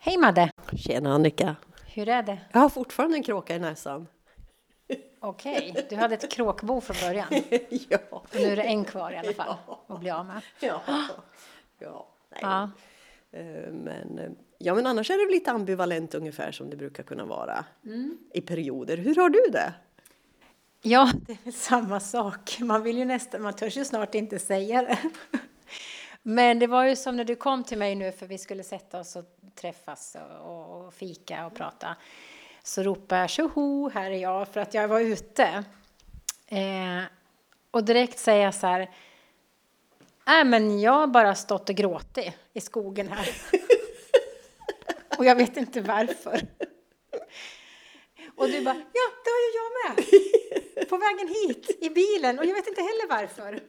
Hej Madde! Tjena Annika. Hur är det? Jag har fortfarande en kråka i näsan. Okej, du hade ett kråkbo från början. Ja. Och nu är det en kvar i alla fall att bli av med. Ja. Nej. Ja. Men annars är det lite ambivalent ungefär som det brukar kunna vara i perioder. Hur har du det? Ja, det är väl samma sak. Man törs ju snart inte säga det. Men det var ju som när du kom till mig nu, för vi skulle sätta oss och träffas och fika och prata. Så ropade jag, tjoho, här är jag, för att jag var ute. Och direkt säger jag så här, men jag har bara stått och gråtit i skogen här. Och jag vet inte varför. Och du bara, ja, det har ju jag med. På vägen hit, i bilen. Och jag vet inte heller varför.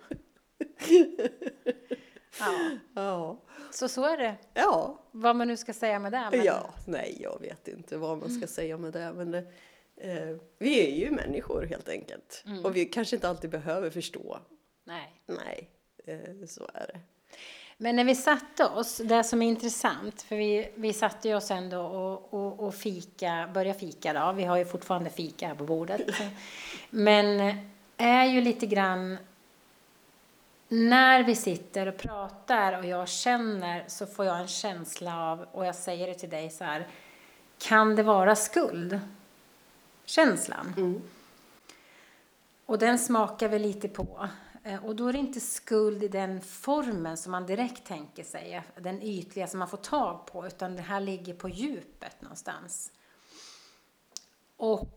Ja. Så är det. Ja. Vad man nu ska säga med det. Men... Ja, nej, jag vet inte vad man ska säga med det. Men vi är ju människor helt enkelt. Och vi kanske inte alltid behöver förstå. Nej, så är det. Men när vi satte oss, det som är intressant, för vi satte oss ändå och börja fika då. Vi har ju fortfarande fika här på bordet. Men är ju lite grann, när vi sitter och pratar och jag känner, så får jag en känsla av, och jag säger det till dig så här, kan det vara skuld? Känslan. Och den smakar vi lite på. Och då är det inte skuld i den formen som man direkt tänker sig, den ytliga som man får tag på, utan det här ligger på djupet någonstans. Och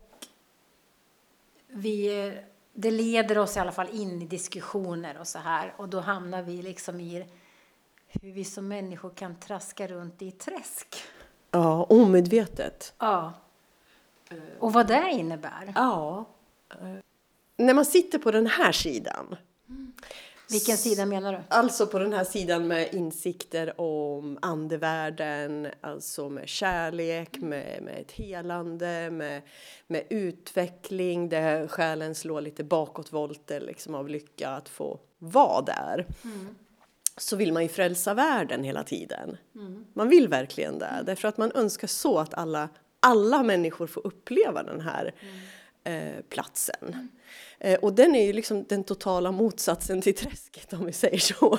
det leder oss i alla fall in i diskussioner och så här, och då hamnar vi liksom i hur vi som människor kan traska runt i ett träsk. Ja, omedvetet. Ja. Och vad det innebär. Ja. När man sitter på den här sidan. Vilken sida menar du? Alltså på den här sidan med insikter om andevärlden, alltså med kärlek, med ett helande, med utveckling, där själen slår lite bakåtvolter liksom av lycka att få vara där. Så vill man ju frälsa världen hela tiden. Man vill verkligen det, därför att man önskar så att alla människor får uppleva den här platsen. Och den är ju liksom den totala motsatsen till träsket, om vi säger så.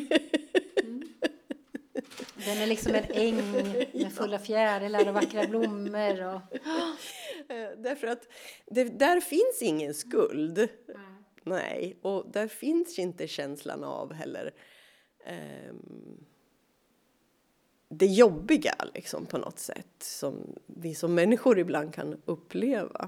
Den är liksom en äng med fulla fjärilar och vackra blommor. Och... Därför att där finns ingen skuld. Nej, och där finns inte känslan av heller det jobbiga liksom, på något sätt, som vi som människor ibland kan uppleva.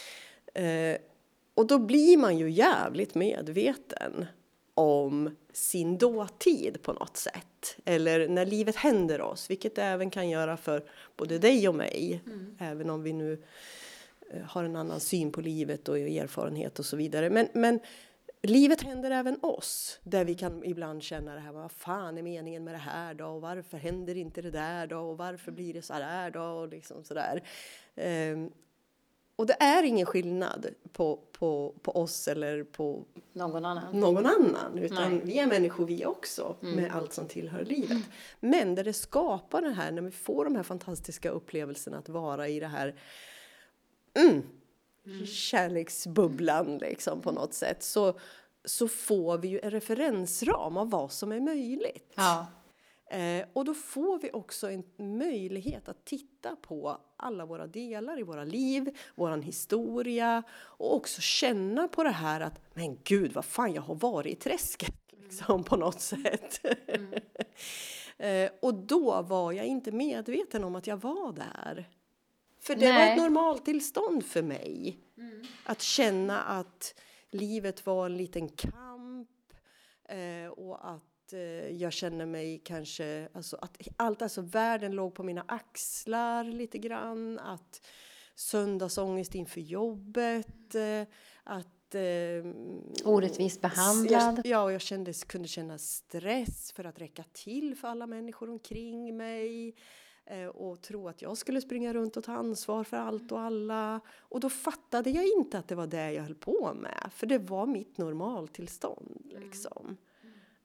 Och då blir man ju jävligt medveten om sin dåtid på något sätt. Eller när livet händer oss, vilket det även kan göra för både dig och mig. Även om vi nu har en annan syn på livet och erfarenhet och så vidare. Men livet händer även oss, där vi kan ibland känna det här, vad fan är meningen med det här då? Och varför händer inte det där då? Och varför blir det så här då? Och liksom sådär. Och det är ingen skillnad på oss eller på någon annan. Utan vi är människor vi också, med allt som tillhör livet. Men där det skapar det här, när vi får de här fantastiska upplevelserna att vara i det här kärleksbubblan liksom, på något sätt. Så får vi ju en referensram av vad som är möjligt. Ja. Och då får vi också en möjlighet att titta på alla våra delar i våra liv, våran historia, och också känna på det här att, men gud, vad fan, jag har varit i träsket liksom, på något sätt. Och då var jag inte medveten om att jag var där. För det var ett normaltillstånd för mig. Att känna att livet var en liten kamp, och att jag känner mig kanske, alltså världen låg på mina axlar lite grann, att söndagsångest inför jobbet, att orättvist behandlad. Jag kunde känna stress för att räcka till för alla människor omkring mig, och tro att jag skulle springa runt och ta ansvar för allt och alla. Och då fattade jag inte att det var det jag höll på med, för det var mitt normaltillstånd liksom.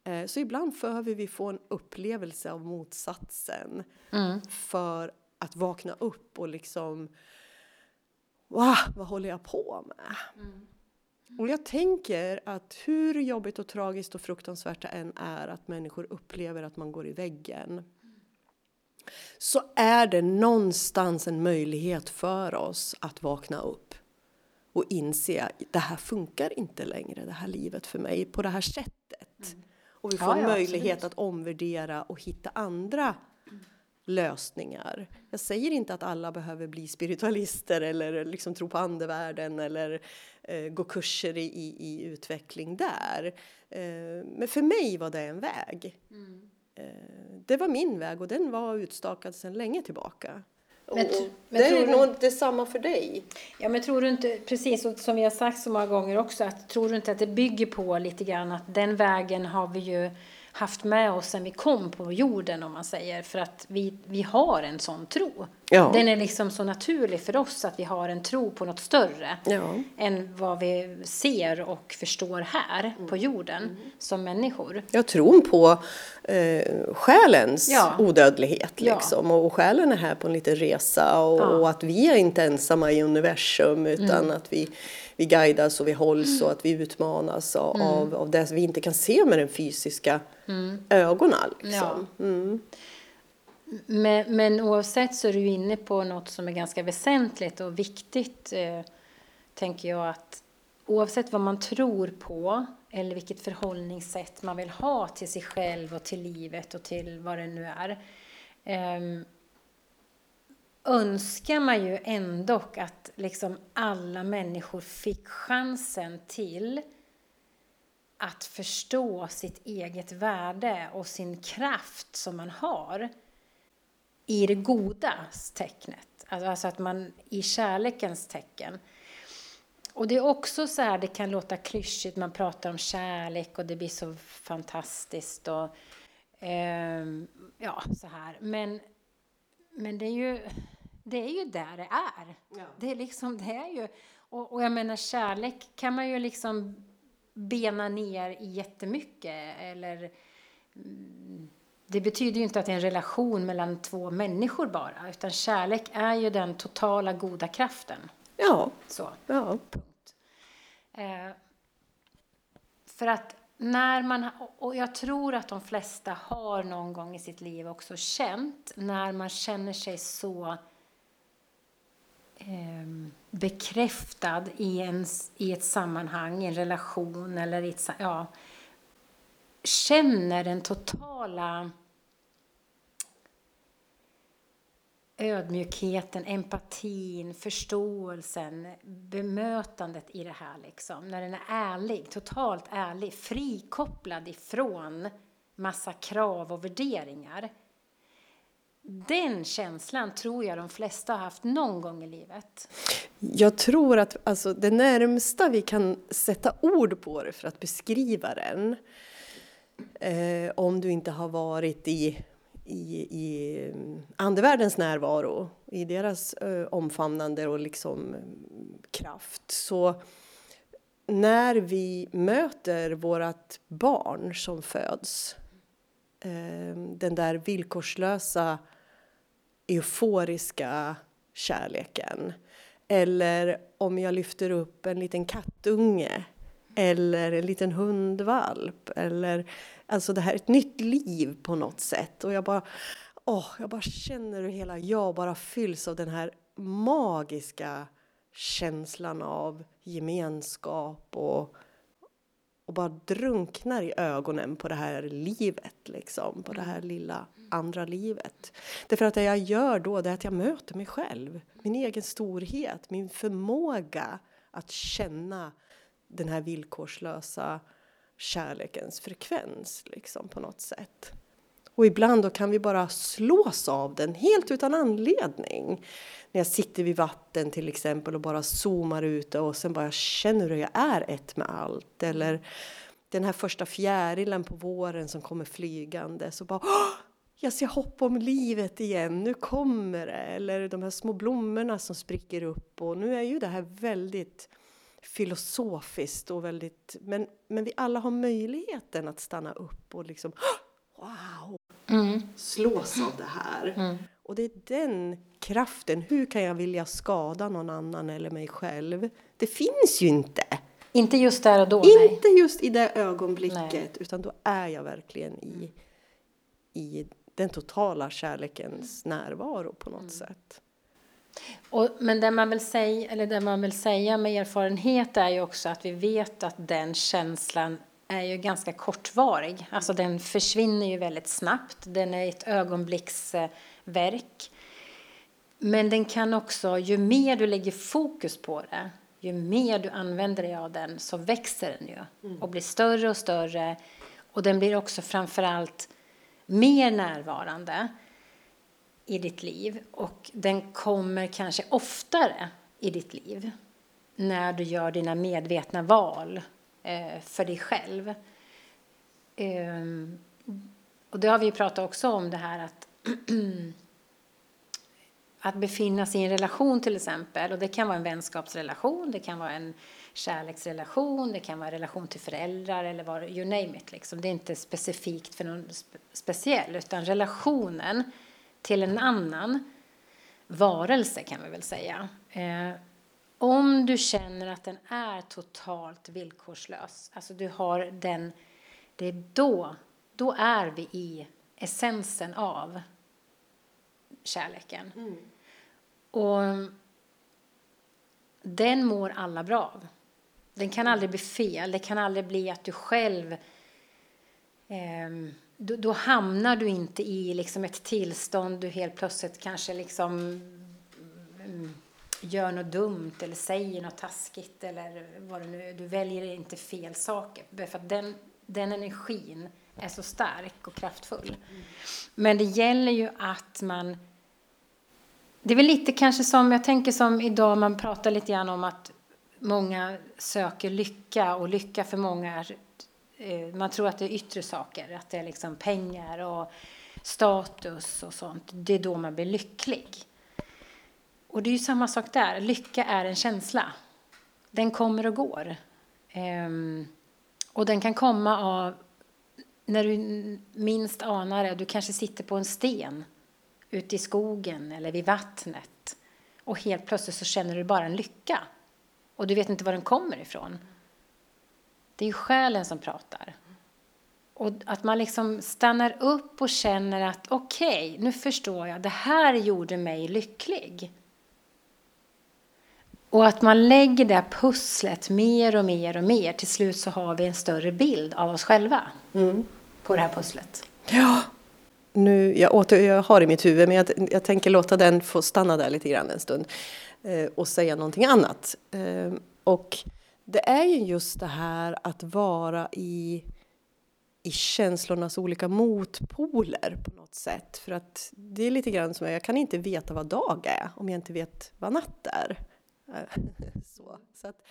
Så ibland behöver vi få en upplevelse av motsatsen för att vakna upp och liksom, wow, vad håller jag på med? Och jag tänker att hur jobbigt och tragiskt och fruktansvärt det än är att människor upplever att man går i väggen, så är det någonstans en möjlighet för oss att vakna upp och inse att det här funkar inte längre, det här livet för mig på det här sättet. Och vi får möjlighet att omvärdera och hitta andra lösningar. Jag säger inte att alla behöver bli spiritualister eller liksom tro på andevärlden eller gå kurser i utveckling där. Men för mig var det en väg. Det var min väg och den var utstakad sedan länge tillbaka. Men det är nog detsamma för dig. Ja, men tror du inte, precis som vi har sagt så många gånger också, att tror du inte att det bygger på lite grann att den vägen har vi ju haft med oss sen vi kom på jorden, om man säger, för att vi har en sån tro. Ja. Den är liksom så naturlig för oss att vi har en tro på något större än vad vi ser och förstår här på jorden som människor. Jag tror på själens odödlighet liksom. Och själen är här på en liten resa och att vi är inte ensamma i universum utan att vi guidas och vi hålls och att vi utmanas av det vi inte kan se med den fysiska ögonen. Liksom. Men oavsett så är du inne på något som är ganska väsentligt och viktigt, tänker jag, att oavsett vad man tror på eller vilket förhållningssätt man vill ha till sig själv och till livet och till vad det nu är, önskar man ju ändå att liksom alla människor fick chansen till att förstå sitt eget värde och sin kraft som man har i det godas tecknet. Alltså att man i kärlekens tecken. Och det är också så här, det kan låta klyschigt, man pratar om kärlek och det blir så fantastiskt och så här. Men det är ju där det är. Ja. Det är liksom, det är ju, och jag menar, kärlek kan man ju liksom bena ner i jättemycket, eller det betyder ju inte att det är en relation mellan två människor bara, utan kärlek är ju den totala goda kraften. Ja. Så. Ja. Punkt. För att när man, och jag tror att de flesta har någon gång i sitt liv också känt, när man känner sig så bekräftad i ett sammanhang, i en relation eller känner den totala ödmjukheten, empatin, förståelsen, bemötandet i det här liksom, när den är ärlig, totalt ärlig, frikopplad ifrån massa krav och värderingar. Den känslan tror jag de flesta har haft någon gång i livet. Jag tror att alltså, det närmsta vi kan sätta ord på det för att beskriva den, om du inte har varit i andevärldens närvaro, i deras omfamnande och liksom kraft, så när vi möter vårat barn som föds, den där villkorslösa euforiska kärleken, eller om jag lyfter upp en liten kattunge eller en liten hundvalp, eller alltså det här är ett nytt liv på något sätt, och jag bara känner hur hela jag bara fylls av den här magiska känslan av gemenskap och bara drunknar i ögonen på det här livet liksom, på det här lilla andra livet. Därför att det jag gör då, det är att jag möter mig själv, min egen storhet, min förmåga att känna den här villkorslösa kärlekens frekvens liksom, på något sätt. Och ibland då kan vi bara slås av den helt utan anledning. När jag sitter vid vatten till exempel och bara zoomar ut och sen bara känner hur jag är ett med allt. Eller den här första fjärilen på våren som kommer flygande. Så bara, jag ser hopp om livet igen, nu kommer det. Eller de här små blommorna som spricker upp. Och nu är ju det här väldigt filosofiskt och väldigt, men vi alla har möjligheten att stanna upp och liksom wow, slås av det här. Och det är den kraften, hur kan jag vilja skada någon annan eller mig själv? Det finns ju inte. Inte just där och då. Inte just i det ögonblicket, nej. Utan då är jag verkligen i den totala kärlekens närvaro på något sätt. Men det man vill säga med erfarenhet är ju också att vi vet att den känslan är ju ganska kortvarig. Alltså den försvinner ju väldigt snabbt. Den är ett ögonblicksverk. Men den kan också, ju mer du lägger fokus på det, ju mer du använder dig av den, så växer den ju. Och blir större och större. Och den blir också framförallt mer närvarande i ditt liv. Och den kommer kanske oftare i ditt liv när du gör dina medvetna val för dig själv. Och det har vi pratat också om, det här att befinna sig i en relation till exempel. Och det kan vara en vänskapsrelation, det kan vara en kärleksrelation, det kan vara en relation till föräldrar eller vad, you name it. Liksom. Det är inte specifikt för någon speciell, utan relationen till en annan varelse kan vi väl säga. Om du känner att den är totalt villkorslös, alltså du har den, det är då är vi i essensen av kärleken. Och den mår alla bra av. Den kan aldrig bli fel, det kan aldrig bli att du själv då hamnar du inte i liksom ett tillstånd du helt plötsligt kanske liksom gör något dumt eller säger något taskigt eller vad det nu är. Du väljer inte fel saker för att den energin är så stark och kraftfull. Men det gäller ju att man, det är väl lite kanske som, jag tänker som idag man pratar lite grann om att många söker lycka, och lycka för många är, man tror att det är yttre saker, att det är liksom pengar och status och sånt. Det är då man blir lycklig. Och det är ju samma sak där. Lycka är en känsla. Den kommer och går. Och den kan komma av när du minst anar det. Du kanske sitter på en sten ute i skogen eller vid vattnet. Och helt plötsligt så känner du bara en lycka. Och du vet inte var den kommer ifrån. Det är ju själen som pratar. Och att man liksom stannar upp och känner att okej, nu förstår jag. Det här gjorde mig lycklig. Och att man lägger det här pusslet mer och mer och mer. Till slut så har vi en större bild av oss själva. På det här pusslet. Ja. Nu, jag har i mitt huvud, men jag tänker låta den få stanna där lite grann en stund. Och säga någonting annat. Och det är ju just det här att vara i känslornas olika motpoler på något sätt. För att det är lite grann som jag kan inte veta vad dag är om jag inte vet vad natt är. Så att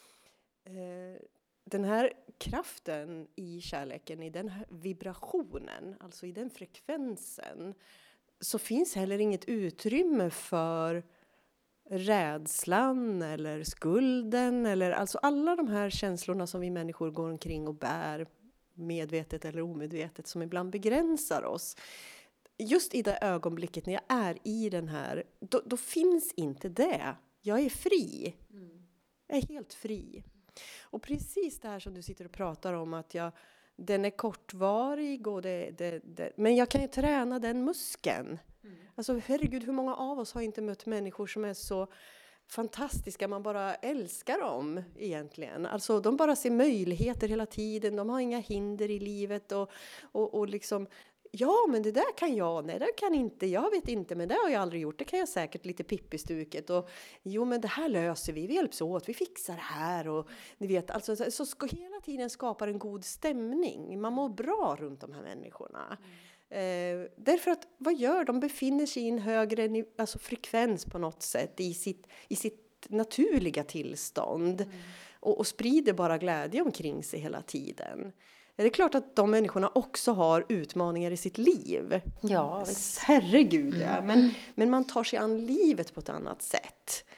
den här kraften i kärleken, i den här vibrationen, alltså i den frekvensen, så finns heller inget utrymme för rädslan eller skulden eller alltså alla de här känslorna som vi människor går omkring och bär medvetet eller omedvetet, som ibland begränsar oss. Just i det ögonblicket när jag är i den här, då finns inte det. Jag är fri. Jag är helt fri. Och precis det här som du sitter och pratar om, att den är kortvarig och men jag kan ju träna den muskeln. Alltså herregud, hur många av oss har inte mött människor som är så fantastiska, man bara älskar dem egentligen. Alltså de bara ser möjligheter hela tiden, de har inga hinder i livet och liksom, ja men det där kan jag, nej det kan inte, jag vet inte, men det har jag aldrig gjort, det kan jag säkert lite pippistuket och jo men det här löser vi hjälps åt, vi fixar det här och ni vet, alltså så ska hela tiden skapa en god stämning, man mår bra runt de här människorna. Därför att vad gör de? Befinner sig i en högre frekvens på något sätt i sitt naturliga tillstånd och sprider bara glädje omkring sig hela tiden. Det är klart att de människorna också har utmaningar i sitt liv. Ja, herregud ja. Men man tar sig an livet på ett annat sätt.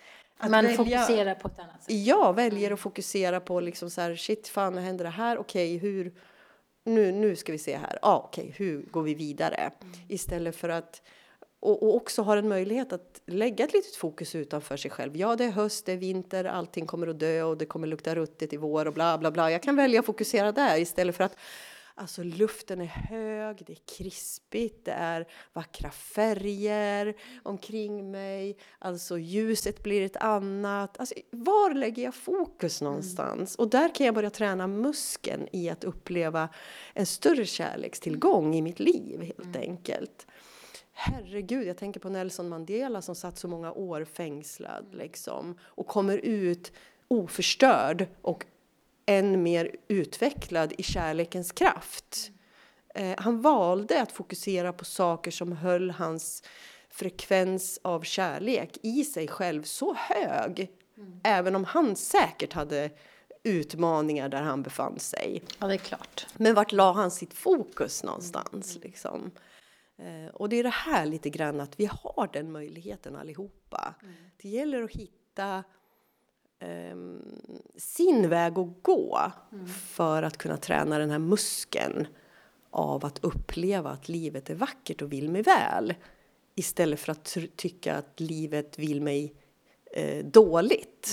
Man fokuserar på ett annat sätt. Jag väljer att fokusera på liksom så här, shit fan, händer det här? Okej, hur... Nu ska vi se här. Okej, hur går vi vidare? Istället för att... Och också har en möjlighet att lägga ett litet fokus utanför sig själv. Ja, det är höst, det är vinter, allting kommer att dö och det kommer lukta ruttet i vår och bla bla bla. Jag kan välja att fokusera där istället för att alltså luften är hög, det är krispigt, det är vackra färger omkring mig. Alltså ljuset blir ett annat. Alltså, var lägger jag fokus någonstans? Och där kan jag börja träna muskeln i att uppleva en större kärlekstillgång i mitt liv helt enkelt. Herregud, jag tänker på Nelson Mandela som satt så många år fängslad liksom, och kommer ut oförstörd och än mer utvecklad i kärlekens kraft. Han valde att fokusera på saker som höll hans frekvens av kärlek i sig själv så hög. Även om han säkert hade utmaningar där han befann sig. Ja, det är klart. Men vart la han sitt fokus någonstans liksom? Och det är det här lite grann att vi har den möjligheten allihopa. Det gäller att hitta sin väg att gå för att kunna träna den här muskeln av att uppleva att livet är vackert och vill mig väl. Istället för att tycka att livet vill mig dåligt.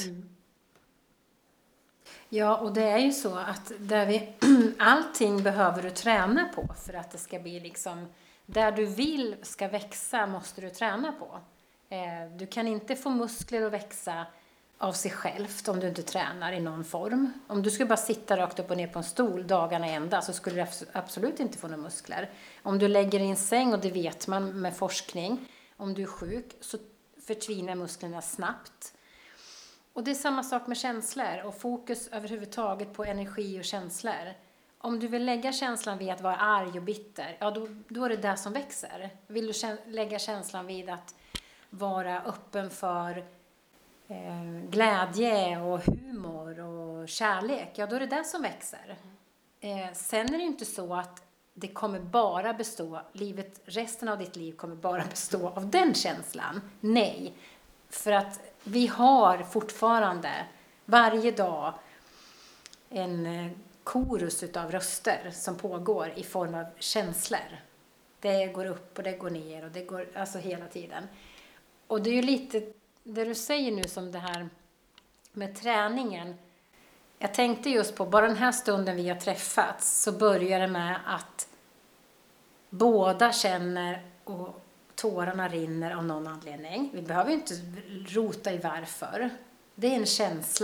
Ja, och det är ju så att allting behöver du träna på för att det ska bli liksom... Där du vill ska växa måste du träna på. Du kan inte få muskler att växa av sig självt om du inte tränar i någon form. Om du skulle bara sitta rakt upp och ner på en stol dagarna ända så skulle du absolut inte få några muskler. Om du lägger i en säng, och det vet man med forskning, om du är sjuk så förtvinar musklerna snabbt. Och det är samma sak med känslor och fokus överhuvudtaget på energi och känslor. Om du vill lägga känslan vid att vara arg och bitter, ja då är det där som växer. Vill du lägga känslan vid att vara öppen för glädje och humor och kärlek, ja då är det där som växer. Sen är det ju inte så att det kommer bara bestå, resten av ditt liv kommer bara bestå av den känslan. Nej, för att vi har fortfarande varje dag en korus utav röster som pågår i form av känslor. Det går upp och det går ner och det går alltså hela tiden. Och det är ju lite det du säger nu som det här med träningen. Jag tänkte just på, bara den här stunden vi har träffats så börjar det med att båda känner och tårarna rinner av någon anledning. Vi behöver ju inte rota i varför. Det är en känsla.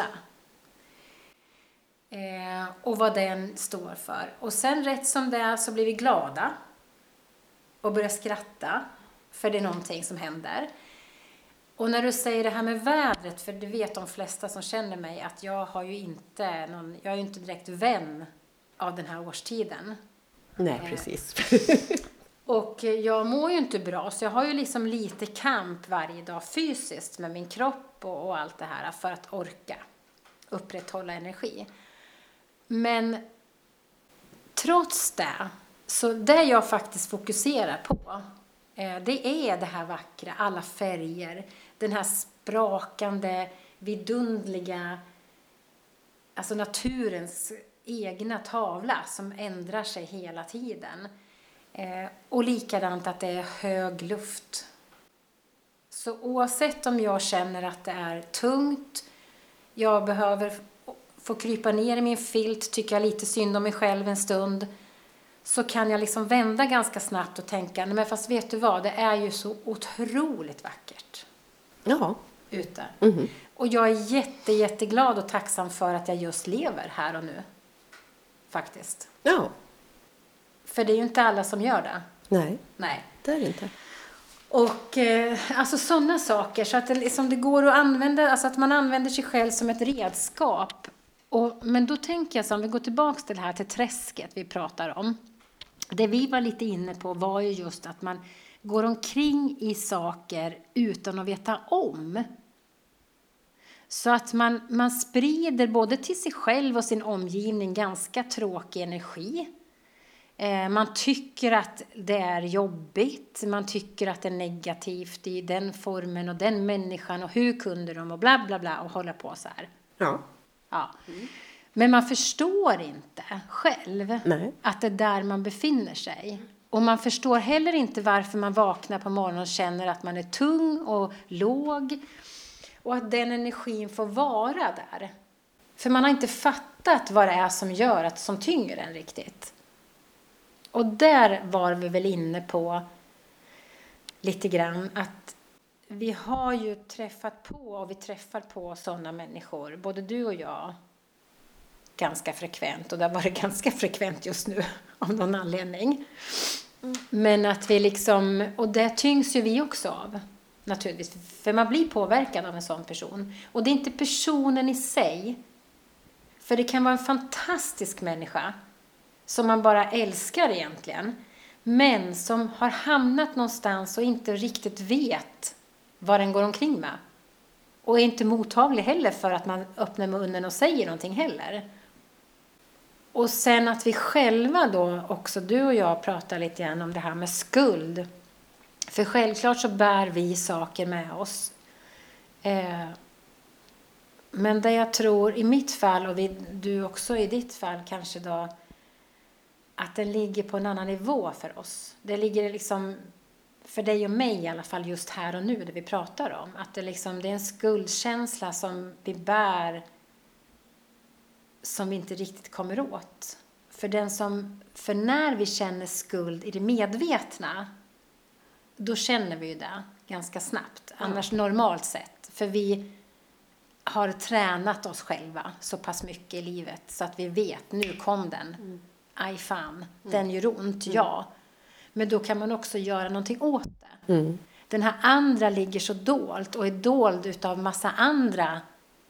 Och vad den står för. Och sen rätt som det är så blir vi glada. Och börjar skratta. För det är någonting som händer. Och när du säger det här med vädret, för det vet de flesta som känner mig att jag är ju inte direkt vän av den här årstiden. Nej, precis. Och jag mår ju inte bra, så jag har ju liksom lite kamp varje dag fysiskt med min kropp och allt det här för att orka upprätthålla energi. Men trots det, så det jag faktiskt fokuserar på, det är det här vackra, alla färger, den här sprakande, vidundliga, alltså naturens egna tavla som ändrar sig hela tiden. Och likadant att det är hög luft. Så oavsett om jag känner att det är tungt, jag behöver få krypa ner i min filt, tycker jag lite synd om mig själv en stund, så kan jag liksom vända ganska snabbt och tänka, nej men fast vet du vad, det är ju så otroligt vackert. Ja. Ute. Mm-hmm. Och jag är jätteglad och tacksam för att jag just lever här och nu. Faktiskt. Ja. För det är ju inte alla som gör det. Nej, det är det inte. Och alltså sådana saker, så att det går att använda, alltså att man använder sig själv som ett redskap. Men då tänker jag så, om vi går tillbaka till det här till träsket vi pratar om. Det vi var lite inne på var ju just att man går omkring i saker utan att veta om. Så att man sprider både till sig själv och sin omgivning ganska tråkig energi. Man tycker att det är jobbigt. Man tycker att det är negativt i den formen och den människan. Och hur kunde de och bla bla bla och hålla på så här. Ja. Ja. Men man förstår inte själv att det är där man befinner sig. Och man förstår heller inte varför man vaknar på morgonen och känner att man är tung och låg. Och att den energin får vara där. För man har inte fattat vad det är som gör att som tynger en riktigt. Och där var vi väl inne på lite grann att vi har ju träffat på och vi träffar på sådana människor, både du och jag, ganska frekvent. Och det har varit ganska frekvent just nu av någon anledning. Men att vi liksom, och det tyngs ju vi också av naturligtvis. För man blir påverkad av en sån person. Och det är inte personen i sig. För det kan vara en fantastisk människa som man bara älskar egentligen. Men som har hamnat någonstans och inte riktigt vet vad den går omkring med. Och är inte mottaglig heller för att man öppnar munnen och säger någonting heller. Och sen att vi själva då också, du och jag, pratar lite grann om det här med skuld. För självklart så bär vi saker med oss. Men det jag tror i mitt fall och du också i ditt fall kanske då, att den ligger på en annan nivå för oss. Det ligger liksom för dig och mig i alla fall just här och nu det vi pratar om. Att det är en skuldkänsla som vi bär som vi inte riktigt kommer åt. För när vi känner skuld i det medvetna, då känner vi ju det ganska snabbt. Annars normalt sett. För vi har tränat oss själva så pass mycket i livet så att vi vet, nu kom den. Aj fan, den gör ont, ja. Men då kan man också göra någonting åt det. Den här andra ligger så dolt och är dold utav massa andra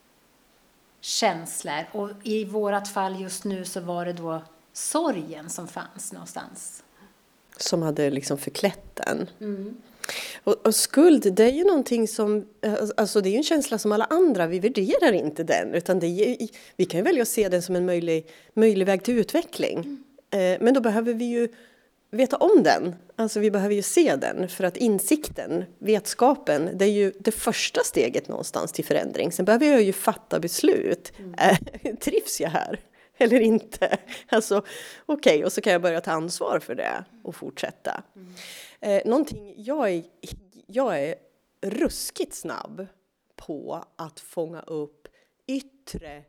känslor. Och i vårat fall just nu så var det då sorgen som fanns någonstans. Som hade liksom förklätt den. Och skuld, det är ju någonting som, alltså det är ju en känsla som alla andra, vi värderar inte den. Utan vi kan ju välja att se den som en möjlig väg till utveckling. Men då behöver vi ju veta om den. Alltså vi behöver ju se den. För att insikten, vetskapen, det är ju det första steget någonstans till förändring. Sen behöver jag ju fatta beslut. Trivs jag här? Eller inte? Alltså okej, och så kan jag börja ta ansvar för det och fortsätta. Någonting jag är ruskigt snabb på att fånga upp yttre,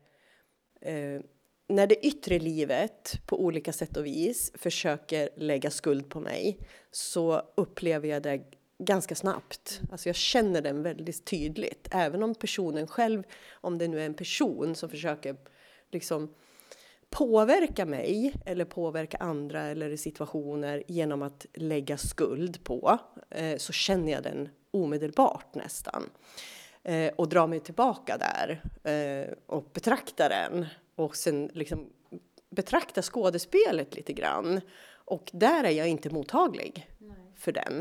när det yttre livet på olika sätt och vis försöker lägga skuld på mig, så upplever jag det ganska snabbt. Alltså jag känner den väldigt tydligt. Även om personen själv, om det nu är en person som försöker liksom påverka mig eller påverka andra eller situationer genom att lägga skuld på, så känner jag den omedelbart nästan. Och drar mig tillbaka där och betraktar den. Och sen liksom betraktar skådespelet lite grann. Och där är jag inte mottaglig för den.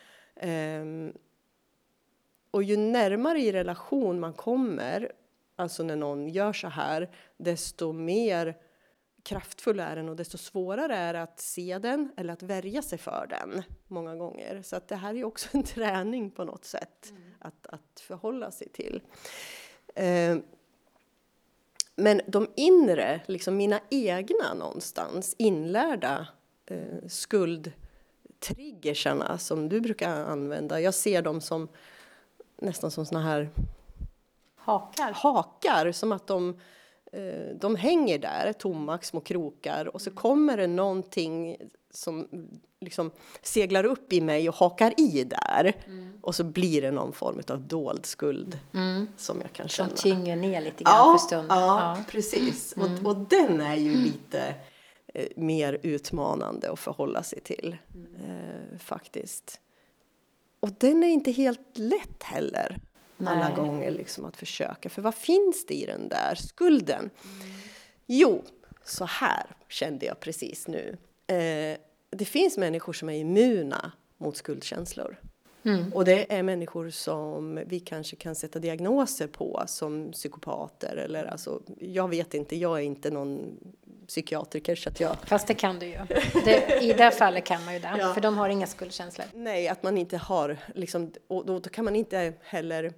Och ju närmare i relation man kommer, alltså när någon gör så här, desto mer kraftfull är den och desto svårare är det att se den eller att värja sig för den många gånger. Så att det här är också en träning på något sätt att förhålla sig till. Men de inre, liksom mina egna någonstans inlärda skuldtriggersarna som du brukar använda. Jag ser dem som nästan som såna här hakar som att de hänger där, tomma små krokar, och så kommer det någonting som liksom seglar upp i mig och hakar i där. Och så blir det någon form av dold skuld som jag kan känna. Som tynger ner lite grann för stunden. Ja, precis. Och den är ju lite mer utmanande att förhålla sig till faktiskt. Och den är inte helt lätt heller. Alla gånger liksom att försöka. För vad finns det i den där skulden? Jo, så här kände jag precis nu. Det finns människor som är immuna mot skuldkänslor. Och det är människor som vi kanske kan sätta diagnoser på som psykopater. Eller alltså, jag vet inte, jag är inte någon psykiatriker så att jag... Fast det kan du ju. I det fallet kan man ju det. Ja. För de har inga skuldkänslor. Nej, att man inte har liksom, och då kan man inte heller...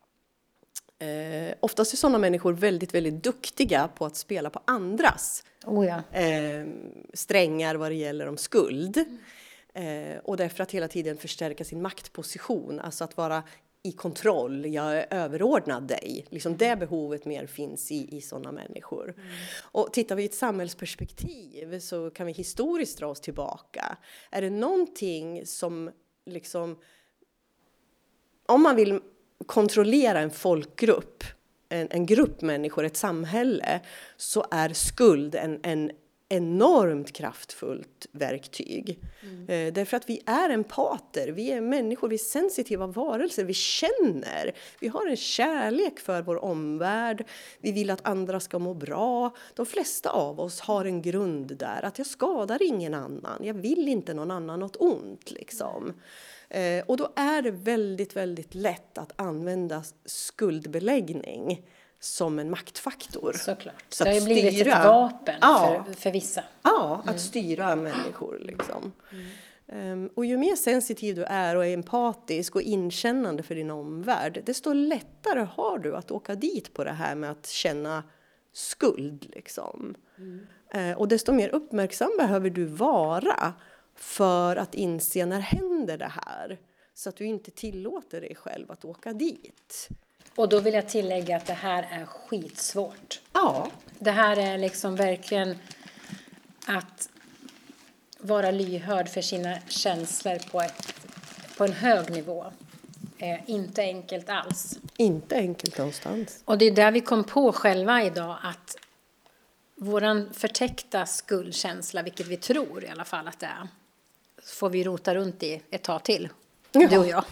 oftast är sådana människor väldigt, väldigt duktiga på att spela på andras strängar vad det gäller om skuld. Och därför att hela tiden förstärka sin maktposition, alltså att vara i kontroll, jag är överordnad dig. Liksom det behovet mer finns i sådana människor. Och tittar vi i ett samhällsperspektiv så kan vi historiskt dra oss tillbaka. Är det någonting som liksom, om man vill kontrollera en folkgrupp, en grupp människor, ett samhälle, så är skuld en enormt kraftfullt verktyg. Därför att vi är empater, vi är människor, vi är sensitiva varelser, vi känner, vi har en kärlek för vår omvärld, vi vill att andra ska må bra. De flesta av oss har en grund där, att jag skadar ingen annan, jag vill inte någon annan något ont liksom. Och då är det väldigt, väldigt lätt att använda skuldbeläggning som en maktfaktor. Såklart. Så det har ju blivit ett vapen för vissa. Ja, att styra människor liksom. Och ju mer sensitiv du är och är empatisk och inkännande för din omvärld, desto lättare har du att åka dit på det här med att känna skuld liksom. Och desto mer uppmärksam behöver du vara för att inse när händer det här, så att du inte tillåter dig själv att åka dit. Och då vill jag tillägga att det här är skitsvårt. Ja. Det här är liksom verkligen att vara lyhörd för sina känslor på en hög nivå. Inte enkelt alls. Inte enkelt någonstans. Och det är där vi kom på själva idag att våran förtäckta skuldkänsla, vilket vi tror i alla fall att det är, får vi rota runt i ett tag till. Ja. Du och jag.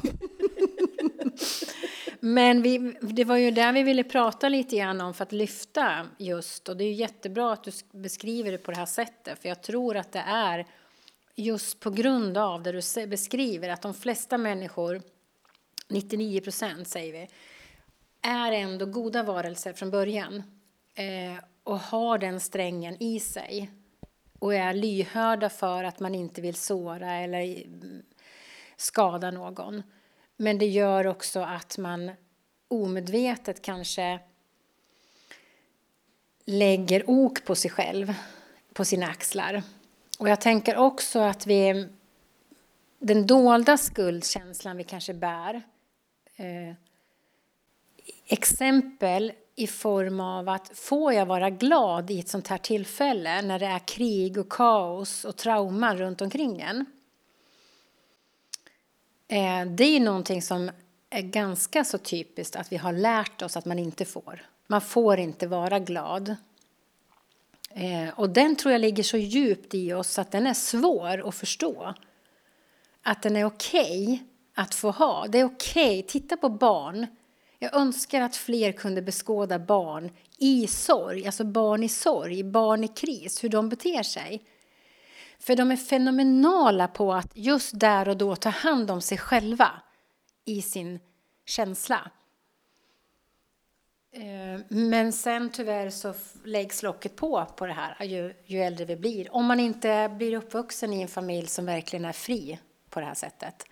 Men det var ju där vi ville prata lite grann om för att lyfta just. Och det är ju jättebra att du beskriver det på det här sättet. För jag tror att det är just på grund av det du beskriver att de flesta människor, 99% säger vi, är ändå goda varelser från början. Och har den strängen i sig. Och är lyhörda för att man inte vill såra eller skada någon. Men det gör också att man omedvetet kanske lägger ok på sig själv, på sina axlar. Och jag tänker också att den dolda skuldkänslan vi kanske bär, exempel i form av att får jag vara glad i ett sånt här tillfälle när det är krig och kaos och trauma runt omkring en. Det är någonting som är ganska så typiskt att vi har lärt oss att man inte får. Man får inte vara glad. Och den tror jag ligger så djupt i oss att den är svår att förstå. Att den är okej att få ha. Det är okej. Titta på barn. Jag önskar att fler kunde beskåda barn i sorg. Alltså barn i sorg, barn i kris. Hur de beter sig. För de är fenomenala på att just där och då ta hand om sig själva i sin känsla. Men sen tyvärr så läggs locket på det här ju äldre vi blir. Om man inte blir uppvuxen i en familj som verkligen är fri på det här sättet.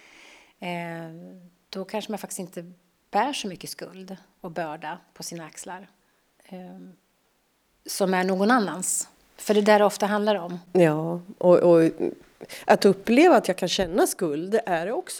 Då kanske man faktiskt inte bär så mycket skuld och börda på sina axlar. Som är någon annans. För det där ofta handlar om. Ja, och att uppleva att jag kan känna skuld är också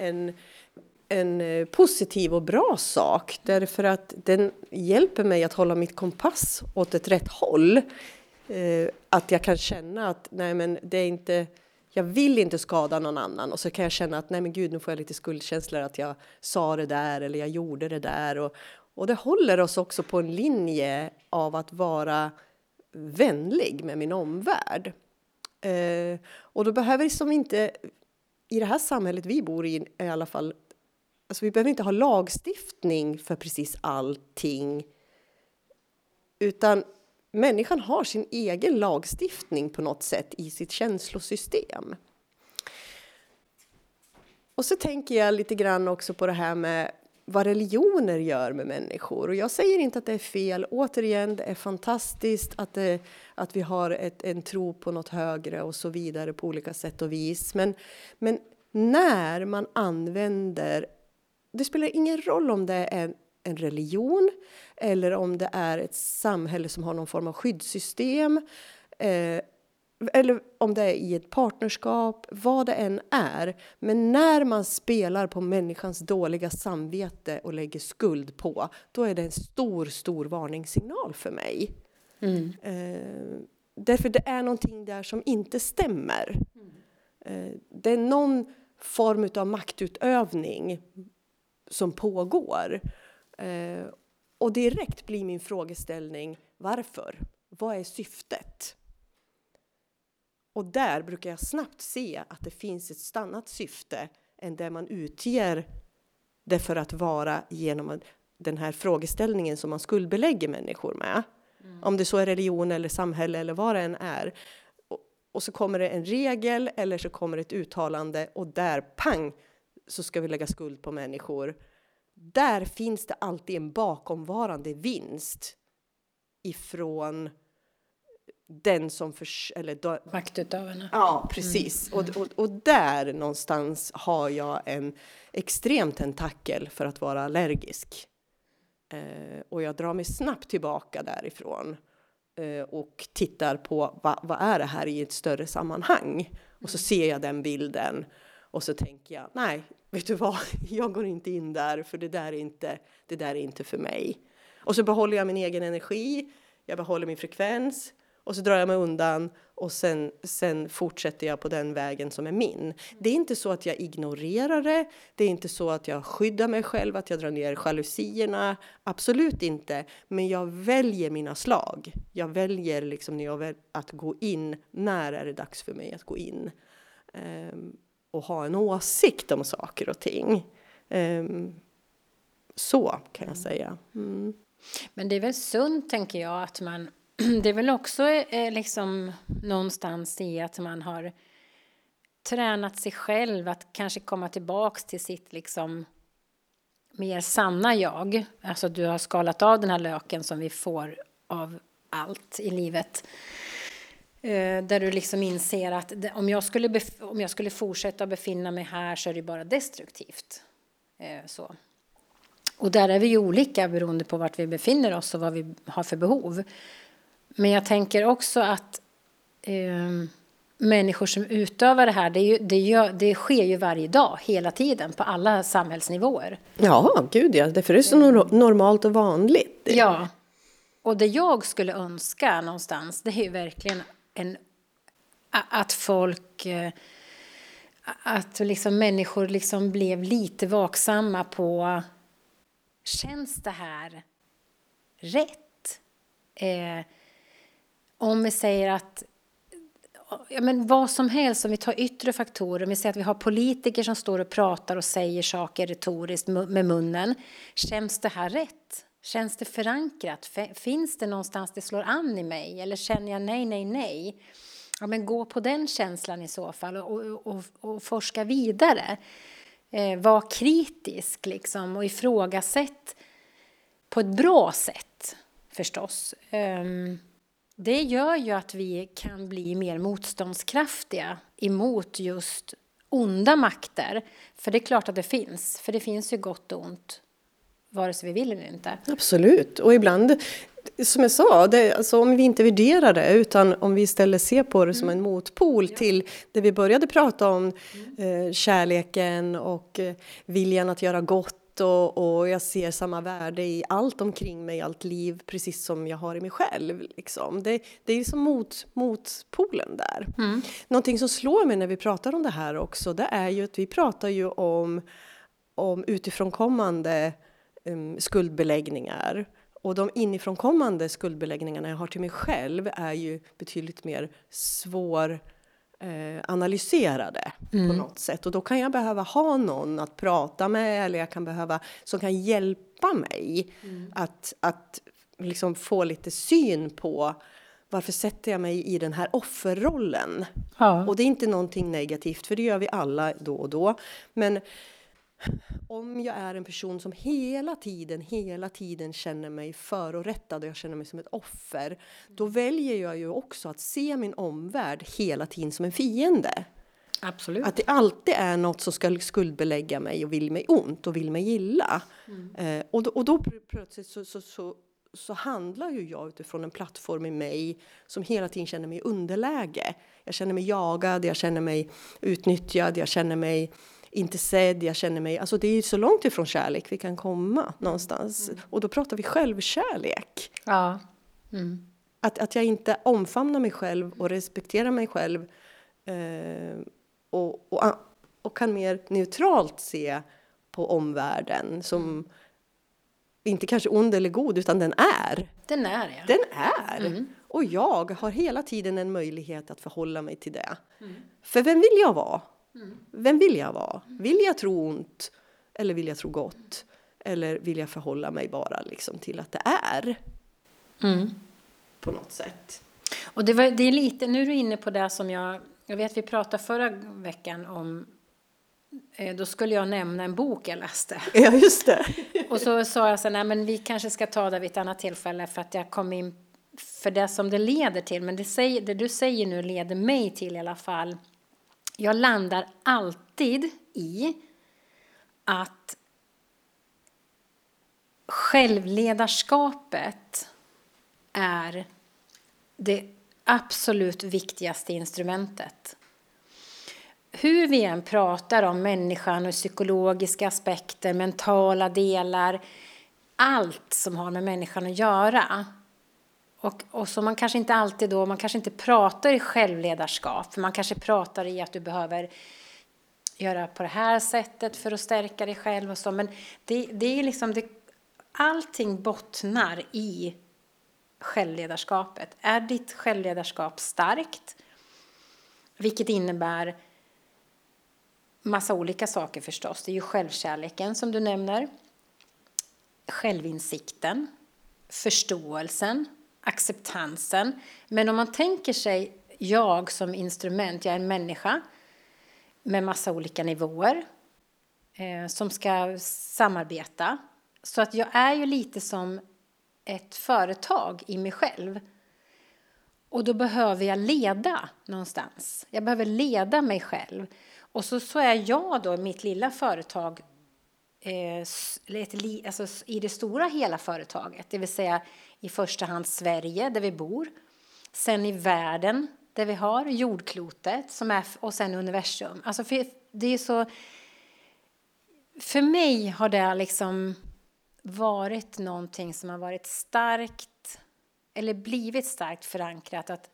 en positiv och bra sak. Därför att den hjälper mig att hålla mitt kompass åt ett rätt håll. Att jag kan känna att nej men det är inte, jag vill inte skada någon annan. Och så kan jag känna att nej men gud, nu får jag lite skuldkänslor att jag sa det där eller jag gjorde det där. Och det håller oss också på en linje av att vara vänlig med min omvärld. Och då behöver vi som inte, i det här samhället vi bor i alla fall, alltså vi behöver inte ha lagstiftning för precis allting. Utan människan har sin egen lagstiftning på något sätt i sitt känslosystem. Och så tänker jag lite grann också på det här med vad religioner gör med människor. Och jag säger inte att det är fel. Återigen, det är fantastiskt att vi har en tro på något högre och så vidare på olika sätt och vis. Men när man använder, det spelar ingen roll om det är en religion eller om det är ett samhälle som har någon form av skyddssystem, eller om det är i ett partnerskap, vad det än är. Men när man spelar på människans dåliga samvete och lägger skuld på, då är det en stor varningssignal för mig. Därför det är någonting där som inte stämmer. Det är någon form av maktutövning som pågår. Och direkt blir min frågeställning, varför? Vad är syftet? Och där brukar jag snabbt se att det finns ett stannat syfte än det man utger det för att vara genom den här frågeställningen som man skuldbelägger människor med. Om det så är religion eller samhälle eller vad det än är. Och så kommer det en regel eller så kommer ett uttalande och där, pang, så ska vi lägga skuld på människor. Där finns det alltid en bakomvarande vinst ifrån den som maktutövarna. Ja, precis. Och där någonstans har jag en extrem tentakel för att vara allergisk. Och jag drar mig snabbt tillbaka därifrån. Och tittar på vad är det här i ett större sammanhang. Och så ser jag den bilden. Och så tänker jag, nej, vet du vad? Jag går inte in där för det där är inte för mig. Och så behåller jag min egen energi. Jag behåller min frekvens. Och så drar jag mig undan och sen fortsätter jag på den vägen som är min. Det är inte så att jag ignorerar det. Det är inte så att jag skyddar mig själv, att jag drar ner jalusierna. Absolut inte. Men jag väljer mina slag. Jag väljer liksom att gå in. När är det dags för mig att gå in? Och ha en åsikt om saker och ting. Så kan jag säga. Men det är väl sunt, tänker jag, att man... Det är väl också liksom någonstans i att man har tränat sig själv att kanske komma tillbaks till sitt liksom mer sanna jag. Alltså du har skalat av den här löken som vi får av allt i livet. Där du liksom inser att om jag skulle fortsätta befinna mig här så är det bara destruktivt. Så. Och där är vi ju olika beroende på vart vi befinner oss och vad vi har för behov. Men jag tänker också att människor som utövar det här, det sker ju varje dag, hela tiden, på alla samhällsnivåer. Ja, gud ja. Därför är det så normalt och vanligt. Ja, och det jag skulle önska någonstans, det är ju verkligen att folk, att liksom människor liksom blev lite vaksamma på, känns det här rätt? Om vi säger att vad som helst, om vi tar yttre faktorer, om vi säger att vi har politiker som står och pratar och säger saker retoriskt med munnen, känns det här rätt? Känns det förankrat? Finns det någonstans det slår an i mig? Eller känner jag nej? Ja, men gå på den känslan i så fall och forska vidare. Var kritisk liksom, och ifrågasätt på ett bra sätt förstås. Det gör ju att vi kan bli mer motståndskraftiga emot just onda makter. För det är klart att det finns. För det finns ju gott och ont, vare sig vi vill eller inte. Absolut. Och ibland, som jag sa, alltså om vi inte värderar det, utan om vi istället ser på det som en motpol till det vi började prata om, kärleken och viljan att göra gott. Och jag ser samma värde i allt omkring mig, allt liv, precis som jag har i mig själv. Liksom. Det är som motpolen där. Någonting som slår mig när vi pratar om det här också, det är ju att vi pratar ju om utifrånkommande skuldbeläggningar. Och de inifrånkommande skuldbeläggningarna jag har till mig själv är ju betydligt mer analyserade på något sätt. Och då kan jag behöva ha någon att prata med, eller jag kan behöva som kan hjälpa mig att liksom få lite syn på varför sätter jag mig i den här offerrollen. Ja. Och det är inte någonting negativt, för det gör vi alla då och då. Men om jag är en person som hela tiden känner mig förorättad och jag känner mig som ett offer, då väljer jag ju också att se min omvärld hela tiden som en fiende. Absolut. Att det alltid är något som ska skuldbelägga mig och vill mig ont och vill mig illa. Och då plötsligt så handlar ju jag utifrån en plattform i mig som hela tiden känner mig i underläge. Jag känner mig jagad, jag känner mig utnyttjad, jag känner mig inte sedd, jag känner mig... Alltså det är ju så långt ifrån kärlek vi kan komma någonstans. Och då pratar vi självkärlek. Ja. Att jag inte omfamnar mig själv och respekterar mig själv. Och kan mer neutralt se på omvärlden som inte kanske ond eller god, utan den är. Den är, ja. Den är. Och jag har hela tiden en möjlighet att förhålla mig till det. För vem vill jag vara? Vem vill jag vara? Vill jag tro ont? Eller vill jag tro gott? Eller vill jag förhålla mig bara liksom till att det är? På något sätt. Och det är lite, nu är du inne på det som jag vet vi pratade förra veckan om, då skulle jag nämna en bok jag läste. Ja, just det. Och så sa jag så här, nej men vi kanske ska ta det vid ett annat tillfälle för att jag kom in för det som det leder till. Men det du säger nu leder mig till i alla fall. Jag landar alltid i att självledarskapet är det absolut viktigaste instrumentet. Hur vi än pratar om människan och psykologiska aspekter, mentala delar, allt som har med människan att göra. Och så man kanske inte alltid då, man kanske inte pratar i självledarskap, för man kanske pratar i att du behöver göra på det här sättet för att stärka dig själv och så, men det är liksom allting bottnar i självledarskapet. Är ditt självledarskap starkt, vilket innebär massa olika saker förstås. Det är ju självkärleken som du nämner, självinsikten, förståelsen, acceptansen. Men om man tänker sig jag som instrument, jag är en människa med massa olika nivåer som ska samarbeta. Så att jag är ju lite som ett företag i mig själv. Och då behöver jag leda någonstans. Jag behöver leda mig själv. Och så är jag då mitt lilla företag alltså i det stora hela företaget. Det vill säga i första hand Sverige där vi bor. Sen i världen där vi har jordklotet som är, och sen universum. Alltså det är så... För mig har det liksom varit någonting som har varit starkt eller blivit starkt förankrat, att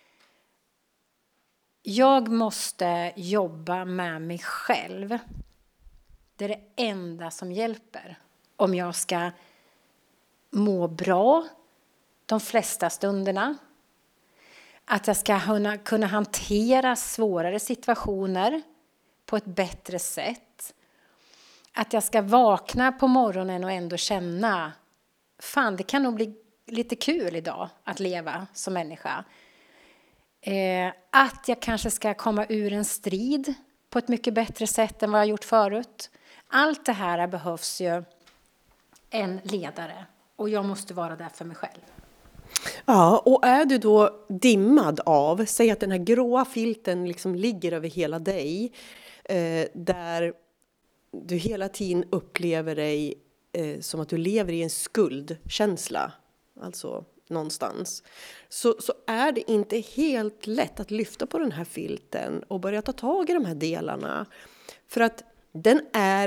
jag måste jobba med mig själv. Det är det enda som hjälper om jag ska må bra de flesta stunderna. Att jag ska kunna hantera svårare situationer på ett bättre sätt. Att jag ska vakna på morgonen och ändå känna, fan det kan nog bli lite kul idag att leva som människa. Att jag kanske ska komma ur en strid på ett mycket bättre sätt än vad jag gjort förut. Allt det här behövs ju en ledare. Och jag måste vara där för mig själv. Ja, och är du då dimmad av, säg att den här gråa filten liksom ligger över hela dig, där du hela tiden upplever dig som att du lever i en skuldkänsla, alltså någonstans, så är det inte helt lätt att lyfta på den här filten och börja ta tag i de här delarna. För att den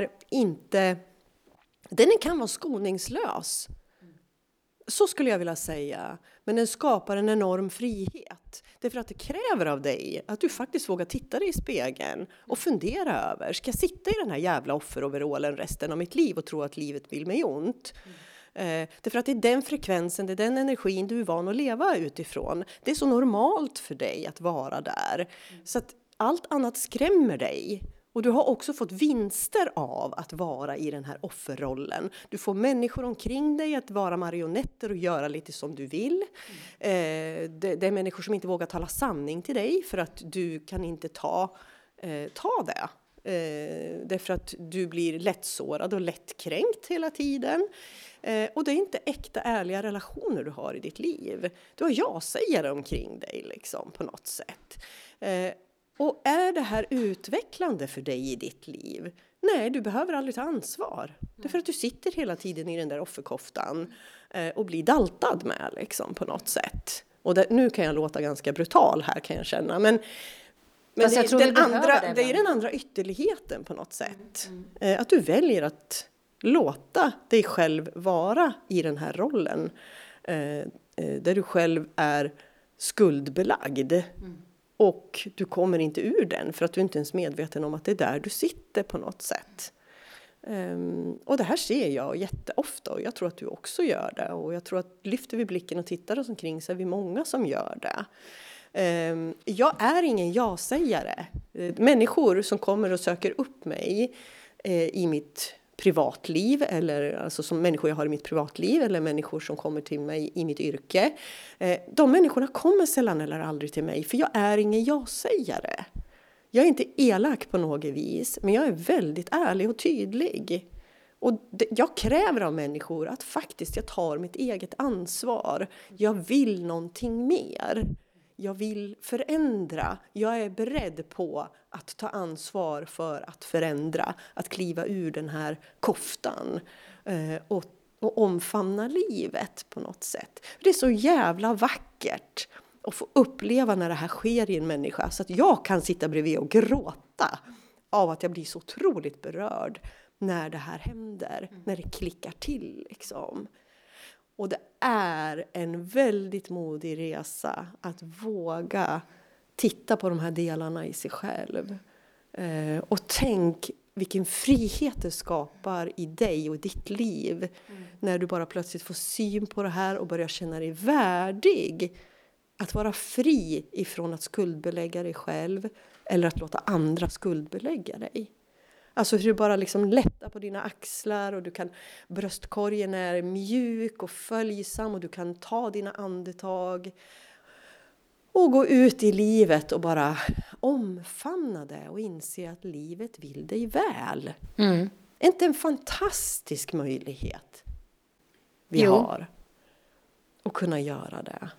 kan vara skoningslös. Så skulle jag vilja säga. Men den skapar en enorm frihet. Det är för att det kräver av dig att du faktiskt vågar titta dig i spegeln och fundera över, ska jag sitta i den här jävla offeroverallen resten av mitt liv och tro att livet vill mig ont? Det är för att det är den frekvensen, det är den energin du är van att leva utifrån. Det är så normalt för dig att vara där. Så att allt annat skrämmer dig. Och du har också fått vinster av att vara i den här offerrollen. Du får människor omkring dig att vara marionetter och göra lite som du vill. Det är människor som inte vågar tala sanning till dig för att du kan inte ta det. Därför att du blir lättsårad och lättkränkt hela tiden. Och det är inte äkta, ärliga relationer du har i ditt liv. Du har jag-sägare omkring dig liksom, på något sätt. Och är det här utvecklande för dig i ditt liv? Nej, du behöver aldrig ta ansvar. Därför att du sitter hela tiden i den där offerkoftan och blir daltad med liksom, på något sätt. Och nu kan jag låta ganska brutal här, kan jag känna. Men det är den andra ytterligheten på något sätt. Att du väljer att låta dig själv vara i den här rollen. Där du själv är skuldbelagd. Och du kommer inte ur den för att du inte ens är medveten om att det är där du sitter på något sätt. Och det här ser jag jätteofta och jag tror att du också gör det. Och jag tror att lyfter vi blicken och tittar oss omkring så är vi många som gör det. Jag är ingen ja-sägare. Människor som kommer och söker upp mig i mitt privatliv, eller alltså som människor jag har i mitt privatliv, eller människor som kommer till mig i mitt yrke. De människorna kommer sällan eller aldrig till mig, för jag är ingen ja-sägare. Jag är inte elak på något vis, men jag är väldigt ärlig och tydlig. Och jag kräver av människor att faktiskt jag tar mitt eget ansvar. Jag vill någonting mer. Jag vill förändra. Jag är beredd på att ta ansvar för att förändra. Att kliva ur den här koftan. Och omfamna livet på något sätt. Det är så jävla vackert att få uppleva när det här sker i en människa. Så att jag kan sitta bredvid och gråta av att jag blir så otroligt berörd när det här händer. När det klickar till liksom. Och det är en väldigt modig resa att våga titta på de här delarna i sig själv. Och tänk vilken frihet det skapar i dig och i ditt liv. När du bara plötsligt får syn på det här och börjar känna dig värdig. Att vara fri ifrån att skuldbelägga dig själv. Eller att låta andra skuldbelägga dig. Alltså hur du bara liksom lättar på dina axlar och bröstkorgen är mjuk och följsam och du kan ta dina andetag. Och gå ut i livet och bara omfamna det och inse att livet vill dig väl. Är inte en fantastisk möjlighet vi har att kunna göra det?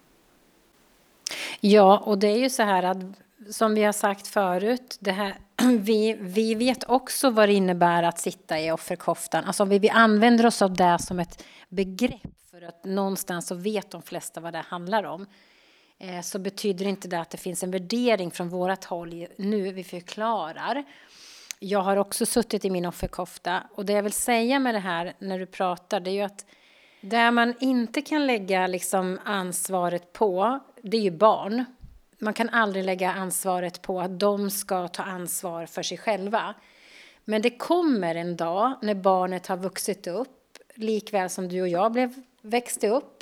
Ja, och det är ju så här att som vi har sagt förut, det här, vi vet också vad det innebär att sitta i offerkoftan. Alltså vi använder oss av det som ett begrepp för att någonstans så vet de flesta vad det handlar om. Så betyder inte det att det finns en värdering från vårat håll nu vi förklarar. Jag har också suttit i min offerkofta och det jag vill säga med det här när du pratar, det är ju att där man inte kan lägga liksom ansvaret på, det är ju barn. Man kan aldrig lägga ansvaret på att de ska ta ansvar för sig själva. Men det kommer en dag när barnet har vuxit upp, likväl som du och jag växte upp.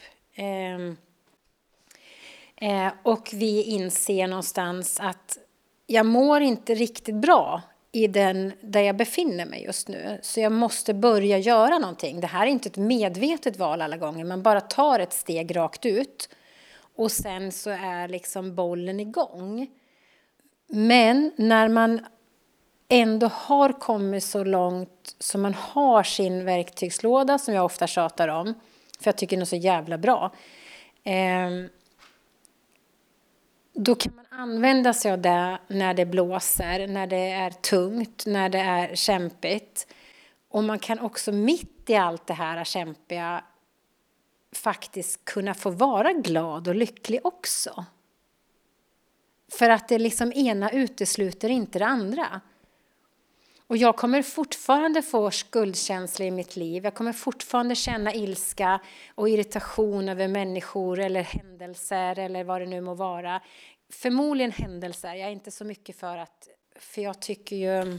Och vi inser någonstans att jag mår inte riktigt bra i den där jag befinner mig just nu. Så jag måste börja göra någonting. Det här är inte ett medvetet val alla gånger. Man bara tar ett steg rakt ut. Och sen så är liksom bollen igång. Men när man ändå har kommit så långt som man har sin verktygslåda, som jag ofta tjatar om. För jag tycker den är så jävla bra. Då kan man använda sig av det när det blåser, när det är tungt, när det är kämpigt. Och man kan också mitt i allt det här kämpiga faktiskt kunna få vara glad och lycklig också. För att det liksom ena utesluter inte det andra. Och jag kommer fortfarande få skuldkänsla i mitt liv. Jag kommer fortfarande känna ilska och irritation över människor eller händelser eller vad det nu må vara. Förmodligen händelser. Jag är inte så mycket för jag tycker ju...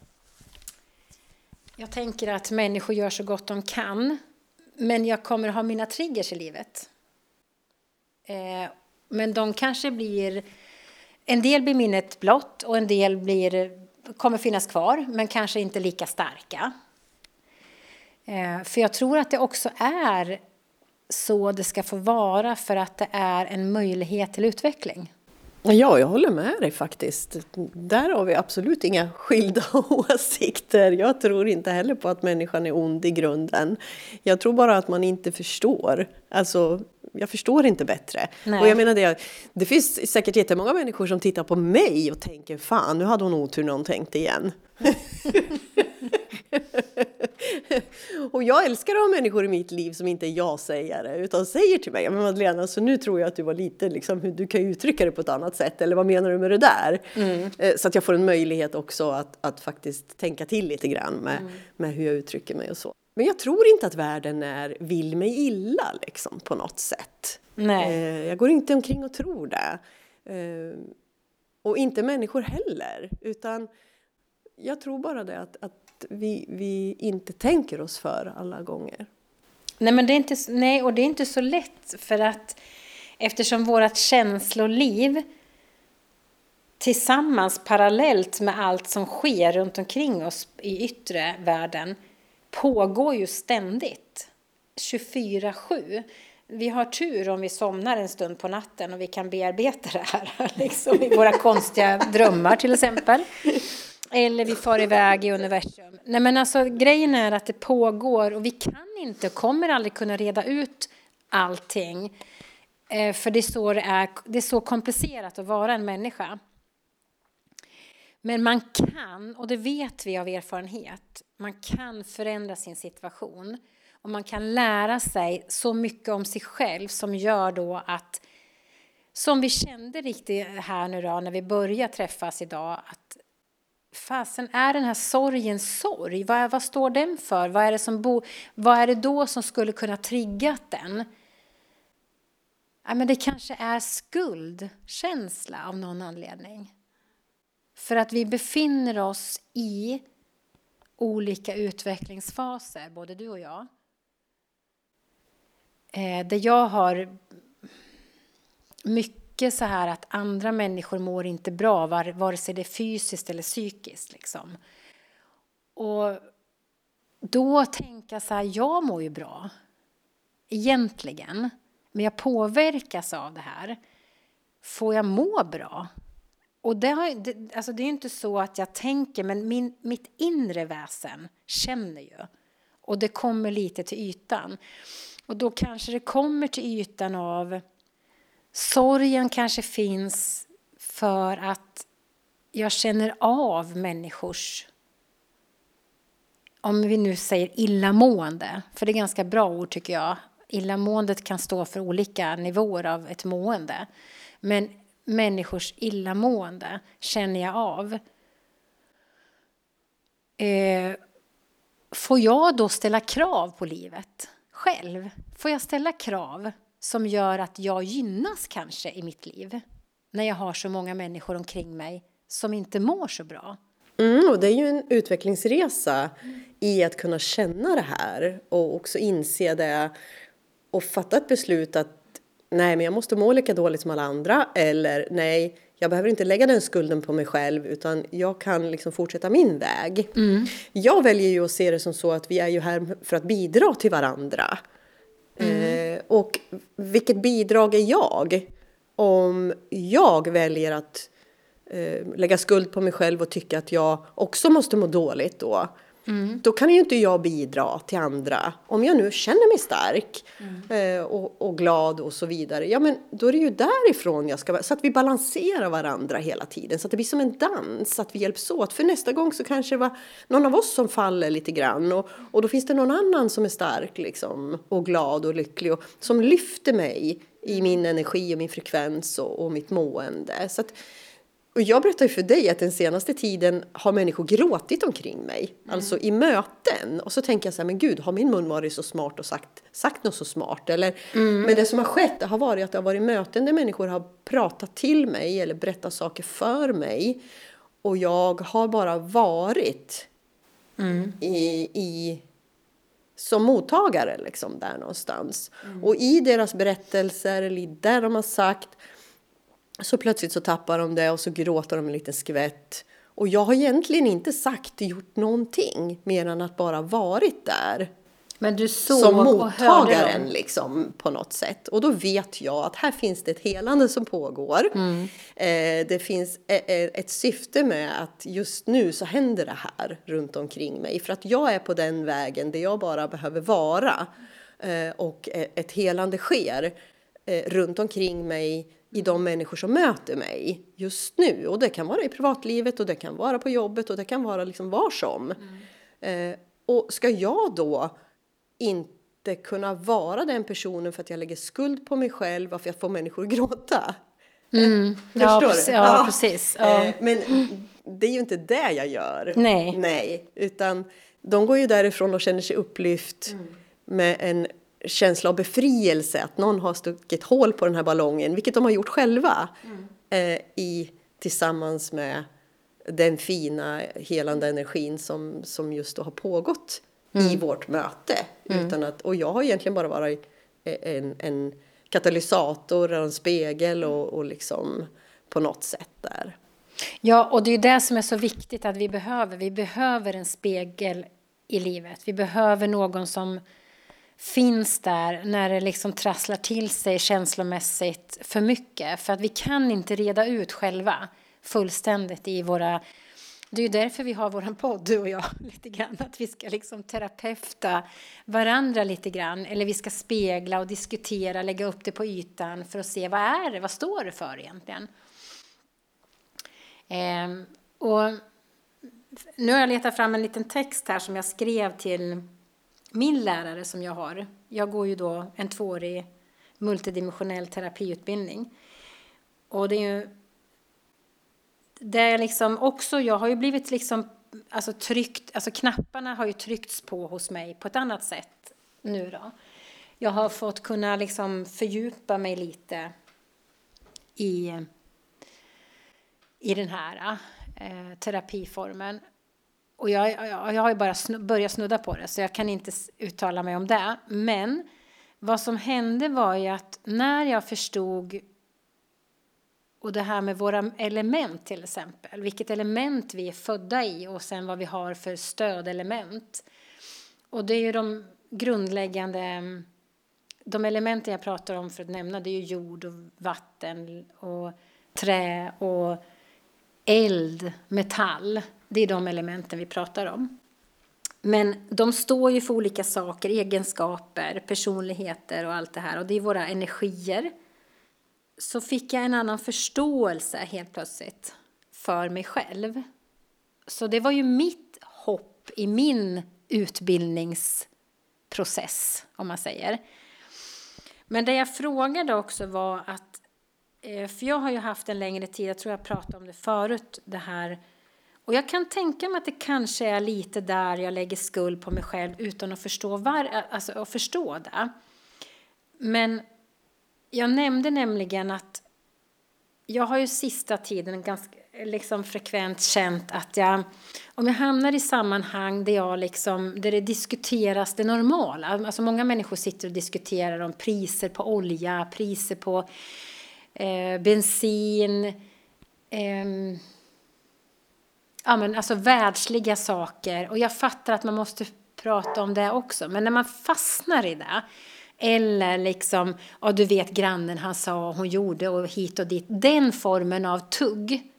Jag tänker att människor gör så gott de kan. Men jag kommer ha mina triggers i livet. Men de kanske blir... En del blir minnet blott och en del kommer finnas kvar. Men kanske inte lika starka. För jag tror att det också är så det ska få vara. För att det är en möjlighet till utveckling. Ja, jag håller med dig faktiskt. Där har vi absolut inga skilda åsikter. Jag tror inte heller på att människan är ond i grunden. Jag tror bara att man inte förstår. Alltså, jag förstår inte bättre. Nej. Och jag menar det finns säkert jättemånga människor som tittar på mig och tänker, fan, nu hade hon otur när hon tänkte igen. Och jag älskar att ha människor i mitt liv som inte är jag-sägare utan säger till mig, men Madeleine, så nu tror jag att du var lite liksom, hur du kan uttrycka det på ett annat sätt, eller vad menar du med det där? Så att jag får en möjlighet också att faktiskt tänka till lite grann med hur jag uttrycker mig och så. Men jag tror inte att världen vill mig illa liksom, på något sätt. Nej. Jag går inte omkring och tror det. Och inte människor heller, utan jag tror bara det att vi inte tänker oss för alla gånger. Nej, men det är inte så lätt, för att eftersom vårat känsloliv tillsammans parallellt med allt som sker runt omkring oss i yttre världen pågår ju ständigt 24/7. Vi har tur om vi somnar en stund på natten och vi kan bearbeta det här liksom, i våra konstiga drömmar till exempel. Eller vi far iväg i universum. Nej, men alltså, grejen är att det pågår och vi kommer aldrig kunna reda ut allting. För det är så komplicerat att vara en människa. Men man kan, och det vet vi av erfarenhet, man kan förändra sin situation. Och man kan lära sig så mycket om sig själv som gör då att, som vi kände riktigt här nu då när vi började träffas idag, att fasen, är den här sorgen sorg? Vad står den för? Vad är det då som skulle kunna trigga den? Ja, men det kanske är skuldkänsla av någon anledning. För att vi befinner oss i olika utvecklingsfaser, både du och jag. Där jag har mycket så här att andra människor mår inte bra, vare sig det är fysiskt eller psykiskt. Liksom. Och då tänker jag så här, jag mår ju bra. Egentligen. Men jag påverkas av det här. Får jag må bra? Och det är inte så att jag tänker, men mitt inre väsen känner ju. Och det kommer lite till ytan. Och då kanske det kommer till ytan av sorgen kanske finns för att jag känner av människors, om vi nu säger illamående, för det är ganska bra ord tycker jag. Illamåendet kan stå för olika nivåer av ett mående. Men människors illamående känner jag av. Får jag då ställa krav på livet själv? Får jag ställa krav som gör att jag gynnas kanske i mitt liv? När jag har så många människor omkring mig som inte mår så bra. Och det är ju en utvecklingsresa i att kunna känna det här. Och också inse det. Och fatta ett beslut att nej, men jag måste må lika dåligt som alla andra. Eller nej, jag behöver inte lägga den skulden på mig själv. Utan jag kan liksom fortsätta min väg. Jag väljer ju att se det som så att vi är ju här för att bidra till varandra. Och vilket bidrag är jag? Om jag väljer att lägga skuld på mig själv och tycka att jag också måste må dåligt då. Då kan ju inte jag bidra till andra. Om jag nu känner mig stark och glad och så vidare. Ja, men då är det ju därifrån jag ska. Så att vi balanserar varandra hela tiden. Så att det blir som en dans. Att vi hjälps åt. För nästa gång så kanske det var någon av oss som faller lite grann. Och då finns det någon annan som är stark liksom. Och glad och lycklig. Och som lyfter mig i min energi och min frekvens och mitt mående. Så att, och jag berättar ju för dig att den senaste tiden har människor gråtit omkring mig. Alltså i möten. Och så tänker jag så här, men gud, har min mun varit så smart och sagt något så smart? Eller, men det som har skett har varit att det har varit möten där människor har pratat till mig eller berättat saker för mig. Och jag har bara varit som mottagare liksom, där någonstans. Och i deras berättelser eller där de har sagt, så plötsligt så tappar de det och så gråter de en liten skvätt. Och jag har egentligen inte gjort någonting mer än att bara varit där. Men du såg som och mottagaren hörde dem. liksom, på något sätt. Och då vet jag att här finns det ett helande som pågår. Det finns ett syfte med att just nu så händer det här runt omkring mig. För att jag är på den vägen där jag bara behöver vara. Och ett helande sker runt omkring mig i de människor som möter mig just nu. Och det kan vara i privatlivet och det kan vara på jobbet och det kan vara liksom var som. Och ska jag då inte kunna vara den personen för att jag lägger skuld på mig själv, varför jag får människor att gråta? Ja, Förstår du? Ja, precis. Ja. Men det är ju inte det jag gör. Nej. Utan de går ju därifrån och känner sig upplyft med en känsla av befrielse. Att någon har stuckit hål på den här ballongen, vilket de har gjort själva. Tillsammans med den fina helande energin som just då har pågått i vårt möte. Och jag har egentligen bara varit en katalysator, en spegel och liksom på något sätt där. Ja, och det är ju det som är så viktigt att vi behöver en spegel i livet. Vi behöver någon som finns där när det liksom trasslar till sig känslomässigt för mycket. För att vi kan inte reda ut själva fullständigt i våra... Det är ju därför vi har våran podd, du och jag, lite grann. Att vi ska liksom terapeuta varandra lite grann. Eller vi ska spegla och diskutera, lägga upp det på ytan för att se vad är det, vad står det för egentligen. Och nu har jag letat fram en liten text här som jag skrev till min lärare som jag har. Jag går ju då en 2-årig multidimensionell terapiutbildning. Och det är ju... Det är liksom också, jag har ju blivit liksom, alltså tryckt, alltså knapparna har ju tryckts på hos mig på ett annat sätt nu då. Jag har fått kunna liksom fördjupa mig lite i den här terapiformen. Och jag har ju bara börjat snudda på det, så jag kan inte uttala mig om det. Men vad som hände var ju att när jag förstod, och det här med våra element till exempel, vilket element vi är födda i och sen vad vi har för stödelement. Och det är ju de grundläggande, de elementen jag pratar om för att nämna, det är ju jord och vatten och trä och eld, metall. Det är de elementen vi pratar om. Men de står ju för olika saker, egenskaper, personligheter och allt det här. Och det är våra energier. Så fick jag en annan förståelse helt plötsligt för mig själv. Så det var ju mitt hopp i min utbildningsprocess, om man säger. Men det jag frågade också var att, för jag har ju haft en längre tid, jag tror jag pratade om det förut, det här. Och jag kan tänka mig att det kanske är lite där jag lägger skuld på mig själv utan att förstå det. Men jag nämnde nämligen att jag har ju sista tiden ganska liksom frekvent känt att om jag hamnar i sammanhang där det diskuteras det normala. Alltså många människor sitter och diskuterar om priser på olja, priser på bensin, alltså världsliga saker. Och jag fattar att man måste prata om det också. Men när man fastnar i det, eller liksom, du vet grannen han sa, hon gjorde och hit och dit. Den formen av tugg.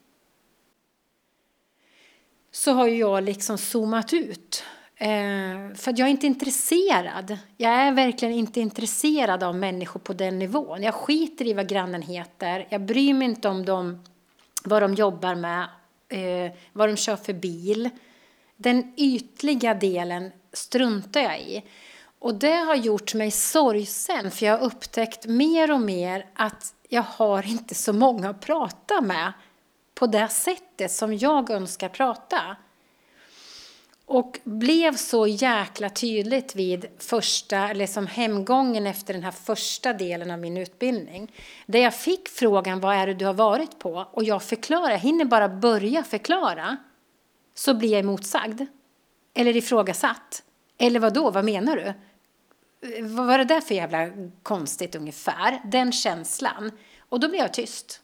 Så har jag liksom zoomat ut. För att jag är inte intresserad. Jag är verkligen inte intresserad av människor på den nivån. Jag skiter i vad grannen heter. Jag bryr mig inte om dem, vad de jobbar med. Vad de kör för bil. Den ytliga delen struntar jag i. Och det har gjort mig sorgsen, för jag har upptäckt mer och mer att jag har inte så många att prata med på det sättet som jag önskar prata. Och blev så jäkla tydligt vid som hemgången efter den här första delen av min utbildning. Där jag fick frågan, vad är det du har varit på? Och jag hinner bara börja förklara. Så blir jag emotsagd. Eller ifrågasatt. Eller vad menar du? Vad var det där för jävla konstigt ungefär? Den känslan. Och då blir jag tyst.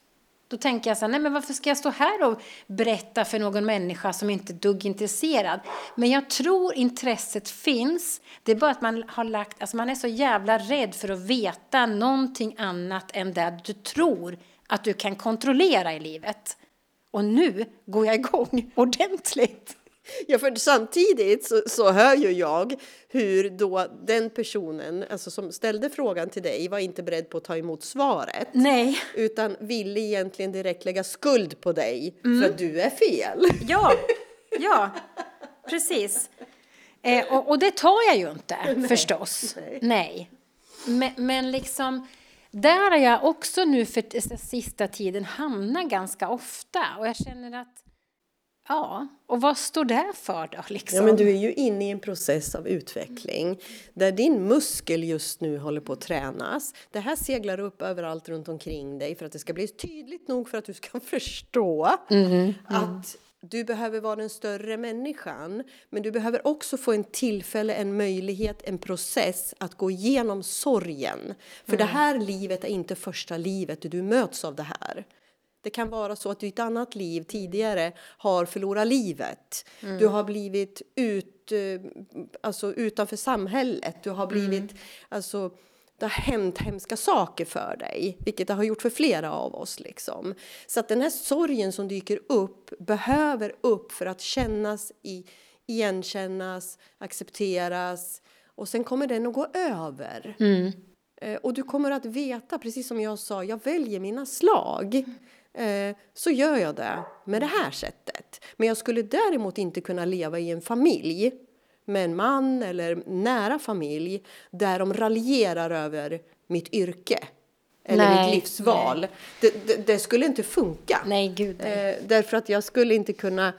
Då tänker jag så här, nej men varför ska jag stå här och berätta för någon människa som inte är dugg intresserad? Men jag tror intresset finns. Det är bara att man har lagt, alltså man är så jävla rädd för att veta någonting annat än det du tror att du kan kontrollera i livet. Och nu går jag igång ordentligt. Ja, för samtidigt så hör ju jag hur då den personen, alltså som ställde frågan till dig, var inte beredd på att ta emot svaret. Nej. Utan ville egentligen direkt lägga skuld på dig för att du är fel. Ja, precis. Och det tar jag ju inte, förstås. Nej. Men liksom, där har jag också nu för sista tiden hamnat ganska ofta. Och jag känner att, ja, och vad står det för då? Liksom? Ja, men du är ju inne i en process av utveckling där din muskel just nu håller på att tränas. Det här seglar upp överallt runt omkring dig för att det ska bli tydligt nog för att du ska förstå att du behöver vara den större människan. Men du behöver också få en tillfälle, en möjlighet, en process att gå igenom sorgen. För det här livet är inte första livet du möts av det här. Det kan vara så att du i ett annat liv tidigare har förlorat livet. Du har blivit utanför samhället. Du har blivit, det har hänt hemska saker för dig. Vilket det har gjort för flera av oss. Liksom. Så att den här sorgen som dyker upp behöver upp för att kännas, igenkännas, accepteras. Och sen kommer den att gå över. Och du kommer att veta, precis som jag sa, jag väljer mina slag. Så gör jag det med det här sättet. Men jag skulle däremot inte kunna leva i en familj med en man eller nära familj där de raljerar över mitt yrke eller mitt livsval. Det skulle inte funka. Nej, gud. Därför att jag skulle inte kunna...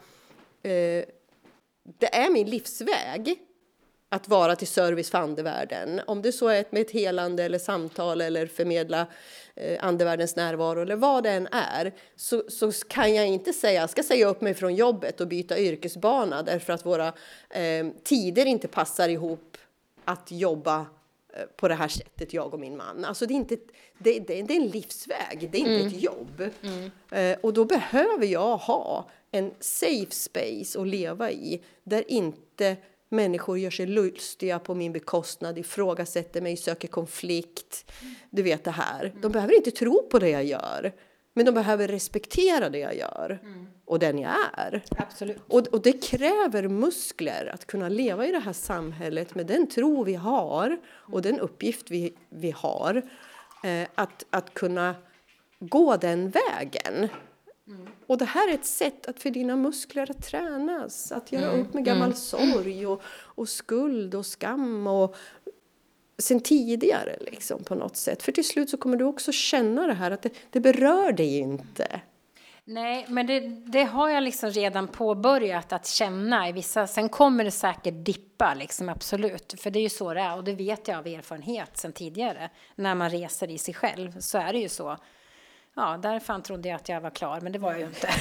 det är min livsväg att vara till service för andevärlden. Om det så är med ett helande eller samtal eller förmedla andevärldens närvaro eller vad det än är. Så kan jag inte säga, jag ska säga upp mig från jobbet och byta yrkesbana därför att våra tider inte passar ihop att jobba på det här sättet, jag och min man. Alltså det är en livsväg, det är inte ett jobb. Och då behöver jag ha en safe space att leva i där inte människor gör sig lustiga på min bekostnad, ifrågasätter mig, söker konflikt. Du vet det här. De behöver inte tro på det jag gör. Men de behöver respektera det jag gör. Och den jag är. Absolut. Och det kräver muskler att kunna leva i det här samhället med den tro vi har. Och den uppgift vi har. Att kunna gå den vägen. Och det här är ett sätt att för dina muskler att tränas. Att göra upp med gammal sorg och skuld och skam. Och sen tidigare liksom på något sätt. För till slut så kommer du också känna det här att det berör dig inte. Nej, men det har jag liksom redan påbörjat att känna i vissa. Sen kommer det säkert dippa liksom, absolut. För det är ju så det är och det vet jag av erfarenhet sen tidigare. När man reser i sig själv så är det ju så. Ja, därför trodde jag att jag var klar, men det var jag ju inte.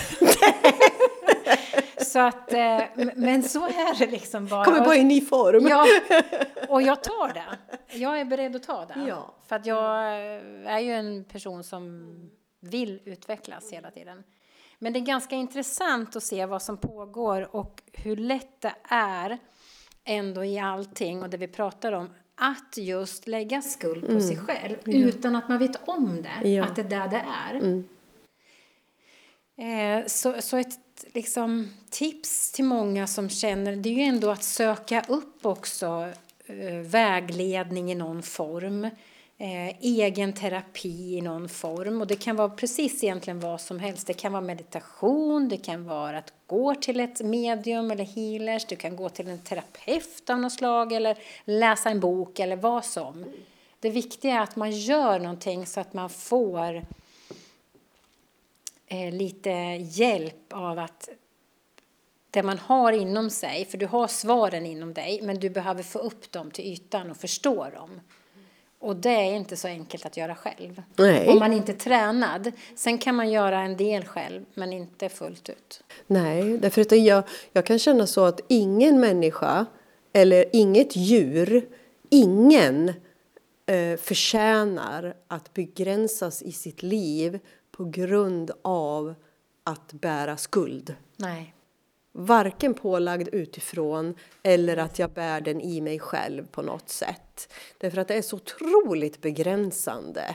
Så att, men så är det liksom bara. Kommer bara i ny form. Ja, och jag tar det. Jag är beredd att ta det. Ja. För att jag är ju en person som vill utvecklas hela tiden. Men det är ganska intressant att se vad som pågår och hur lätt det är ändå i allting och det vi pratar om. Att just lägga skuld på sig själv utan att man vet om det. Att det är där det är. Så ett liksom, tips till många som känner, det är ju ändå att söka upp också vägledning i någon form. Egen terapi i någon form. Och det kan vara precis egentligen vad som helst. Det kan vara meditation, det kan vara att gå till ett medium eller healers. Du kan gå till en terapeut av något slag eller läsa en bok eller vad som. Det viktiga är att man gör någonting så att man får lite hjälp av att det man har inom sig, för du har svaren inom dig, men du behöver få upp dem till ytan och förstå dem. Och det är inte så enkelt att göra själv. Nej. Om man inte är tränad. Sen kan man göra en del själv, men inte fullt ut. Nej, därför att jag kan känna så att ingen människa eller inget djur, ingen förtjänar att begränsas i sitt liv på grund av att bära skuld. Nej. Varken pålagd utifrån eller att jag bär den i mig själv på något sätt. Därför att det är så otroligt begränsande.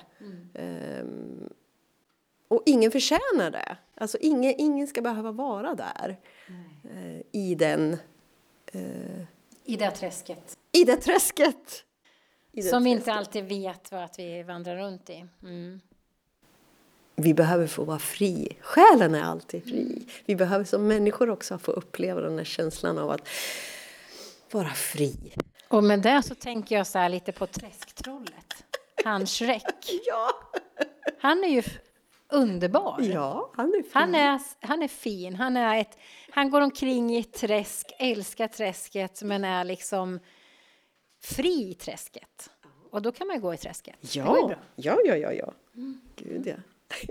Och ingen förtjänar det. Alltså ingen ska behöva vara där. I den... I det träsket. I det träsket. Som vi inte alltid vet vad att vi vandrar runt i. Vi behöver få vara fri. Själen är alltid fri. Vi behöver som människor också få uppleva den här känslan av att vara fri. Och med det så tänker jag så här lite på träsktrollet. Han Shrek. Ja. Han är ju underbar. Ja, han är fin. Han är fin. Han går omkring i ett träsk, älskar träsket, men är liksom fri i träsket. Och då kan man gå i träsket. Ja, det går ju bra. Ja. Gud, ja.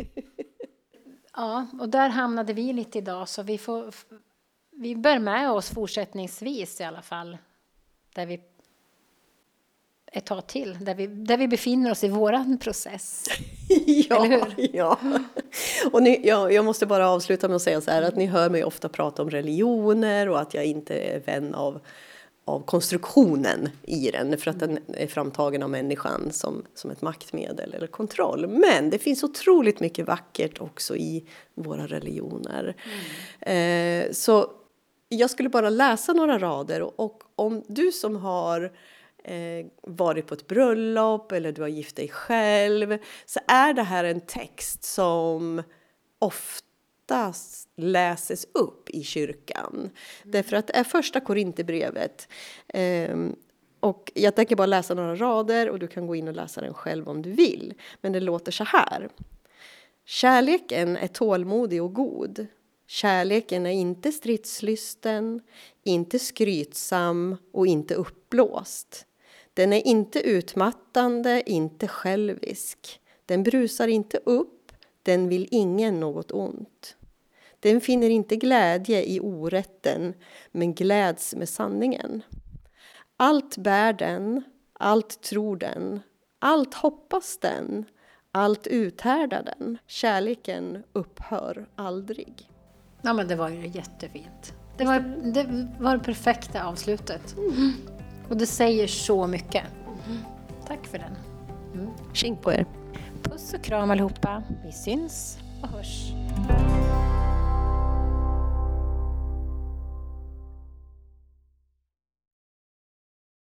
Ja, och där hamnade vi lite idag, så vi bär med oss fortsättningsvis i alla fall, där vi ett tag till, där vi befinner oss i våran process. Ja, eller hur? Ja. Och jag måste bara avsluta med att säga så här, att ni hör mig ofta prata om religioner och att jag inte är vän av konstruktionen i den, för att den är framtagen av människan som ett maktmedel eller kontroll. Men det finns otroligt mycket vackert också i våra religioner. Så jag skulle bara läsa några rader, och om du som har varit på ett bröllop eller du har gift dig själv, så är det här en text som oftast läses upp i kyrkan. Därför att det är första Korinthierbrevet. Och jag tänker bara läsa några rader, och du kan gå in och läsa den själv om du vill. Men det låter så här. Kärleken är tålmodig och god. Kärleken är inte stridslysten, inte skrytsam och inte uppblåst. Den är inte utmattande, inte självisk. Den brusar inte upp, den vill ingen något ont. Den finner inte glädje i orätten, men gläds med sanningen. Allt bär den, allt tror den, allt hoppas den, allt uthärdar den. Kärleken upphör aldrig. Ja, men det var ju jättefint. Det var det perfekta avslutet. Och det säger så mycket. Tack för den. Tjing på er. Puss och kram allihopa. Vi syns och hörs.